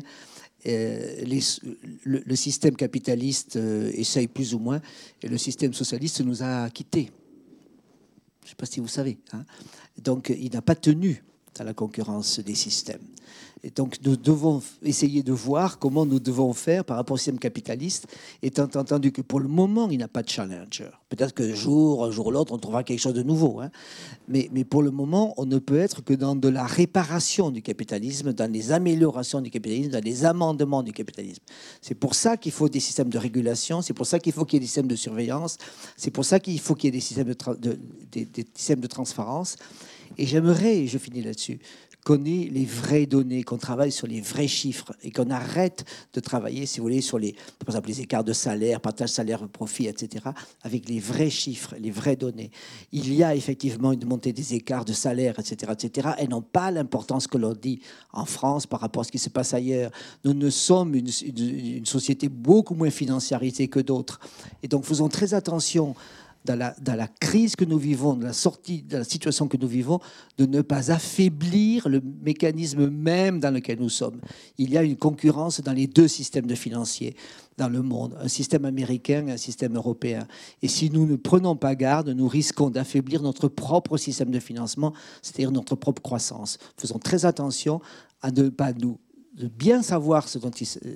Le système capitaliste essaye plus ou moins, et le système socialiste nous a quittés. Je ne sais pas si vous savez. Hein. Donc, il n'a pas tenu. dans la concurrence des systèmes. Et donc nous devons essayer de voir comment nous devons faire par rapport au système capitaliste, étant entendu que pour le moment, il n'a pas de challenger. Peut-être que un jour ou l'autre, on trouvera quelque chose de nouveau. Hein. Mais pour le moment, on ne peut être que dans de la réparation du capitalisme, dans les améliorations du capitalisme, dans les amendements du capitalisme. C'est pour ça qu'il faut des systèmes de régulation, c'est pour ça qu'il faut qu'il y ait des systèmes de surveillance, c'est pour ça qu'il faut qu'il y ait des systèmes des systèmes de transparence. Et j'aimerais, et je finis là-dessus, qu'on ait les vraies données, qu'on travaille sur les vrais chiffres et qu'on arrête de travailler, si vous voulez, sur par exemple, les écarts de salaire, partage salaire-profit, etc., avec les vrais chiffres, les vraies données. Il y a effectivement une montée des écarts de salaire, etc., Elles n'ont pas l'importance que l'on dit en France par rapport à ce qui se passe ailleurs. Nous ne sommes une société beaucoup moins financiarisée que d'autres. Et donc, faisons très attention dans la crise que nous vivons, dans la situation que nous vivons, de ne pas affaiblir le mécanisme même dans lequel nous sommes. Il y a une concurrence dans les deux systèmes de financiers dans le monde, un système américain et un système européen. Et si nous ne prenons pas garde, nous risquons d'affaiblir notre propre système de financement, c'est-à-dire notre propre croissance. Faisons très attention à ne pas de bien savoir ce dont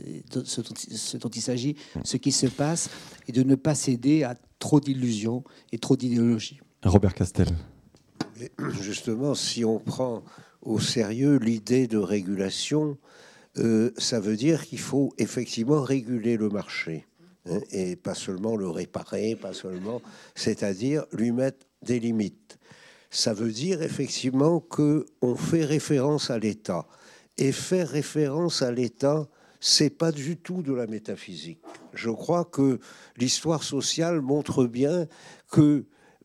il s'agit, ce qui se passe, et de ne pas céder à trop d'illusions et trop d'idéologie. Robert Castel. Et justement, si on prend au sérieux l'idée de régulation, ça veut dire qu'il faut effectivement réguler le marché, hein, et pas seulement le réparer, pas seulement, c'est-à-dire lui mettre des limites. Ça veut dire effectivement qu'on fait référence à l'État. Et faire référence à l'État, c'est pas du tout de la métaphysique. Je crois que l'histoire sociale montre bien que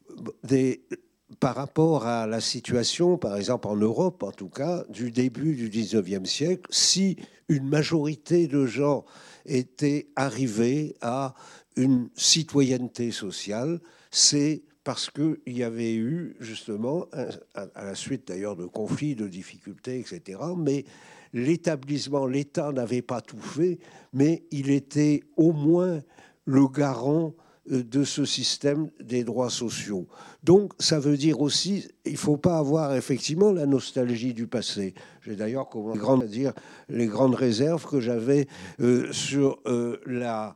par rapport à la situation, par exemple en Europe en tout cas, du début du 19e siècle, si une majorité de gens étaient arrivés à une citoyenneté sociale, c'est parce qu'il y avait eu, justement, à la suite d'ailleurs de conflits, de difficultés, etc., mais l'établissement, l'État n'avait pas tout fait, mais il était au moins le garant de ce système des droits sociaux. Donc, ça veut dire aussi, il ne faut pas avoir effectivement la nostalgie du passé. J'ai d'ailleurs commencé à dire les grandes réserves que j'avais sur la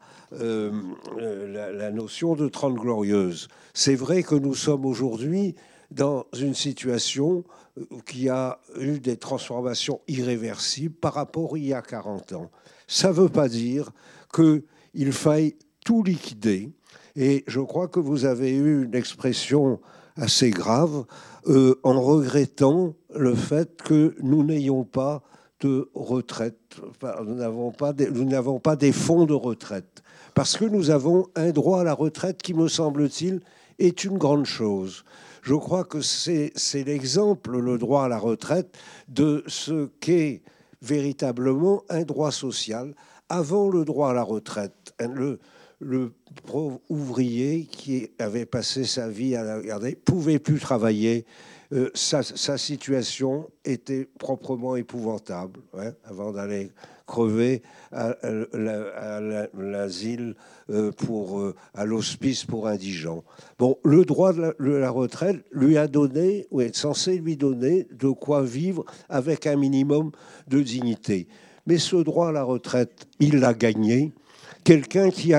notion de Trente Glorieuses. C'est vrai que nous sommes aujourd'hui dans une situation qui a eu des transformations irréversibles par rapport à il y a 40 ans. Ça ne veut pas dire qu'il faille tout liquider. Et je crois que vous avez eu une expression assez grave en regrettant le fait que nous n'ayons pas de retraite. Nous n'avons pas des fonds de retraite. Parce que nous avons un droit à la retraite qui, me semble-t-il, est une grande chose. Je crois que c'est l'exemple, le droit à la retraite, de ce qu'est véritablement un droit social. Avant le droit à la retraite, le pauvre ouvrier qui avait passé sa vie à la garder pouvait plus travailler. Sa situation était proprement épouvantable, hein, avant d'aller crever à l'asile, à l'hospice pour indigents. Bon, le droit de la retraite lui a donné, ou est censé lui donner, de quoi vivre avec un minimum de dignité. Mais ce droit à la retraite, il l'a gagné. Quelqu'un qui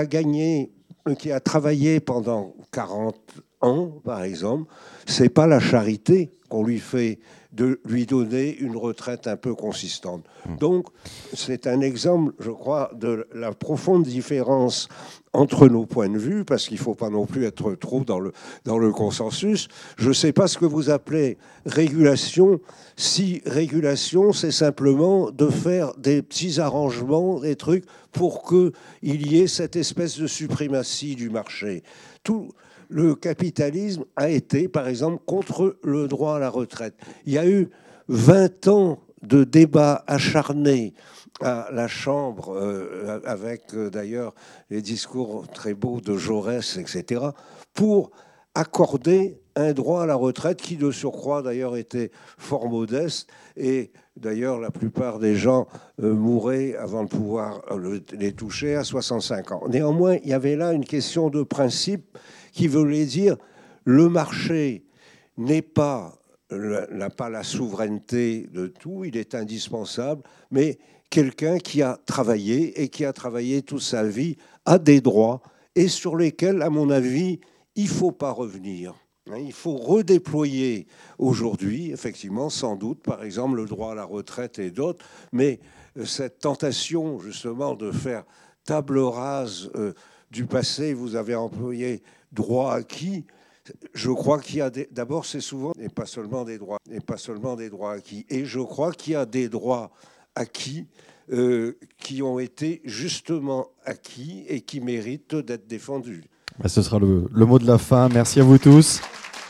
a travaillé pendant 40 ans, par exemple, c'est pas la charité qu'on lui fait de lui donner une retraite un peu consistante. Donc, c'est un exemple, je crois, de la profonde différence entre nos points de vue, parce qu'il ne faut pas non plus être trop dans le consensus. Je ne sais pas ce que vous appelez régulation. Si régulation, c'est simplement de faire des petits arrangements, des trucs, pour qu'il y ait cette espèce de suprématie du marché. Tout le capitalisme a été, par exemple, contre le droit à la retraite. Il y a eu 20 ans de débats acharnés à la Chambre, avec d'ailleurs les discours très beaux de Jaurès, etc., pour accorder un droit à la retraite qui, de surcroît, d'ailleurs, était fort modeste. Et d'ailleurs, la plupart des gens mouraient avant de pouvoir les toucher à 65 ans. Néanmoins, il y avait là une question de principe qui voulait dire le marché n'est pas n'a pas la souveraineté de tout, il est indispensable, mais quelqu'un qui a travaillé et qui a travaillé toute sa vie a des droits et sur lesquels, à mon avis, il ne faut pas revenir. Il faut redéployer aujourd'hui, effectivement, sans doute, par exemple, le droit à la retraite et d'autres, mais cette tentation, justement, de faire table rase du passé, vous avez employé droit acquis, je crois qu'il y a d'abord, c'est souvent, et pas seulement des droits acquis, et je crois qu'il y a des droits acquis qui ont été justement acquis et qui méritent d'être défendus. Ce sera le mot de la fin. Merci à vous tous.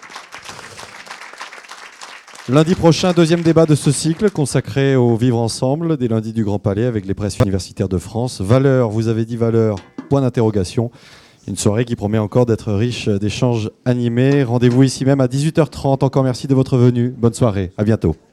Lundi prochain, deuxième débat de ce cycle consacré au vivre ensemble des lundis du Grand Palais avec les presses universitaires de France. Valeurs, vous avez dit valeurs, point d'interrogation. Une soirée qui promet encore d'être riche d'échanges animés. Rendez-vous ici même à 18h30. Encore merci de votre venue. Bonne soirée. À bientôt.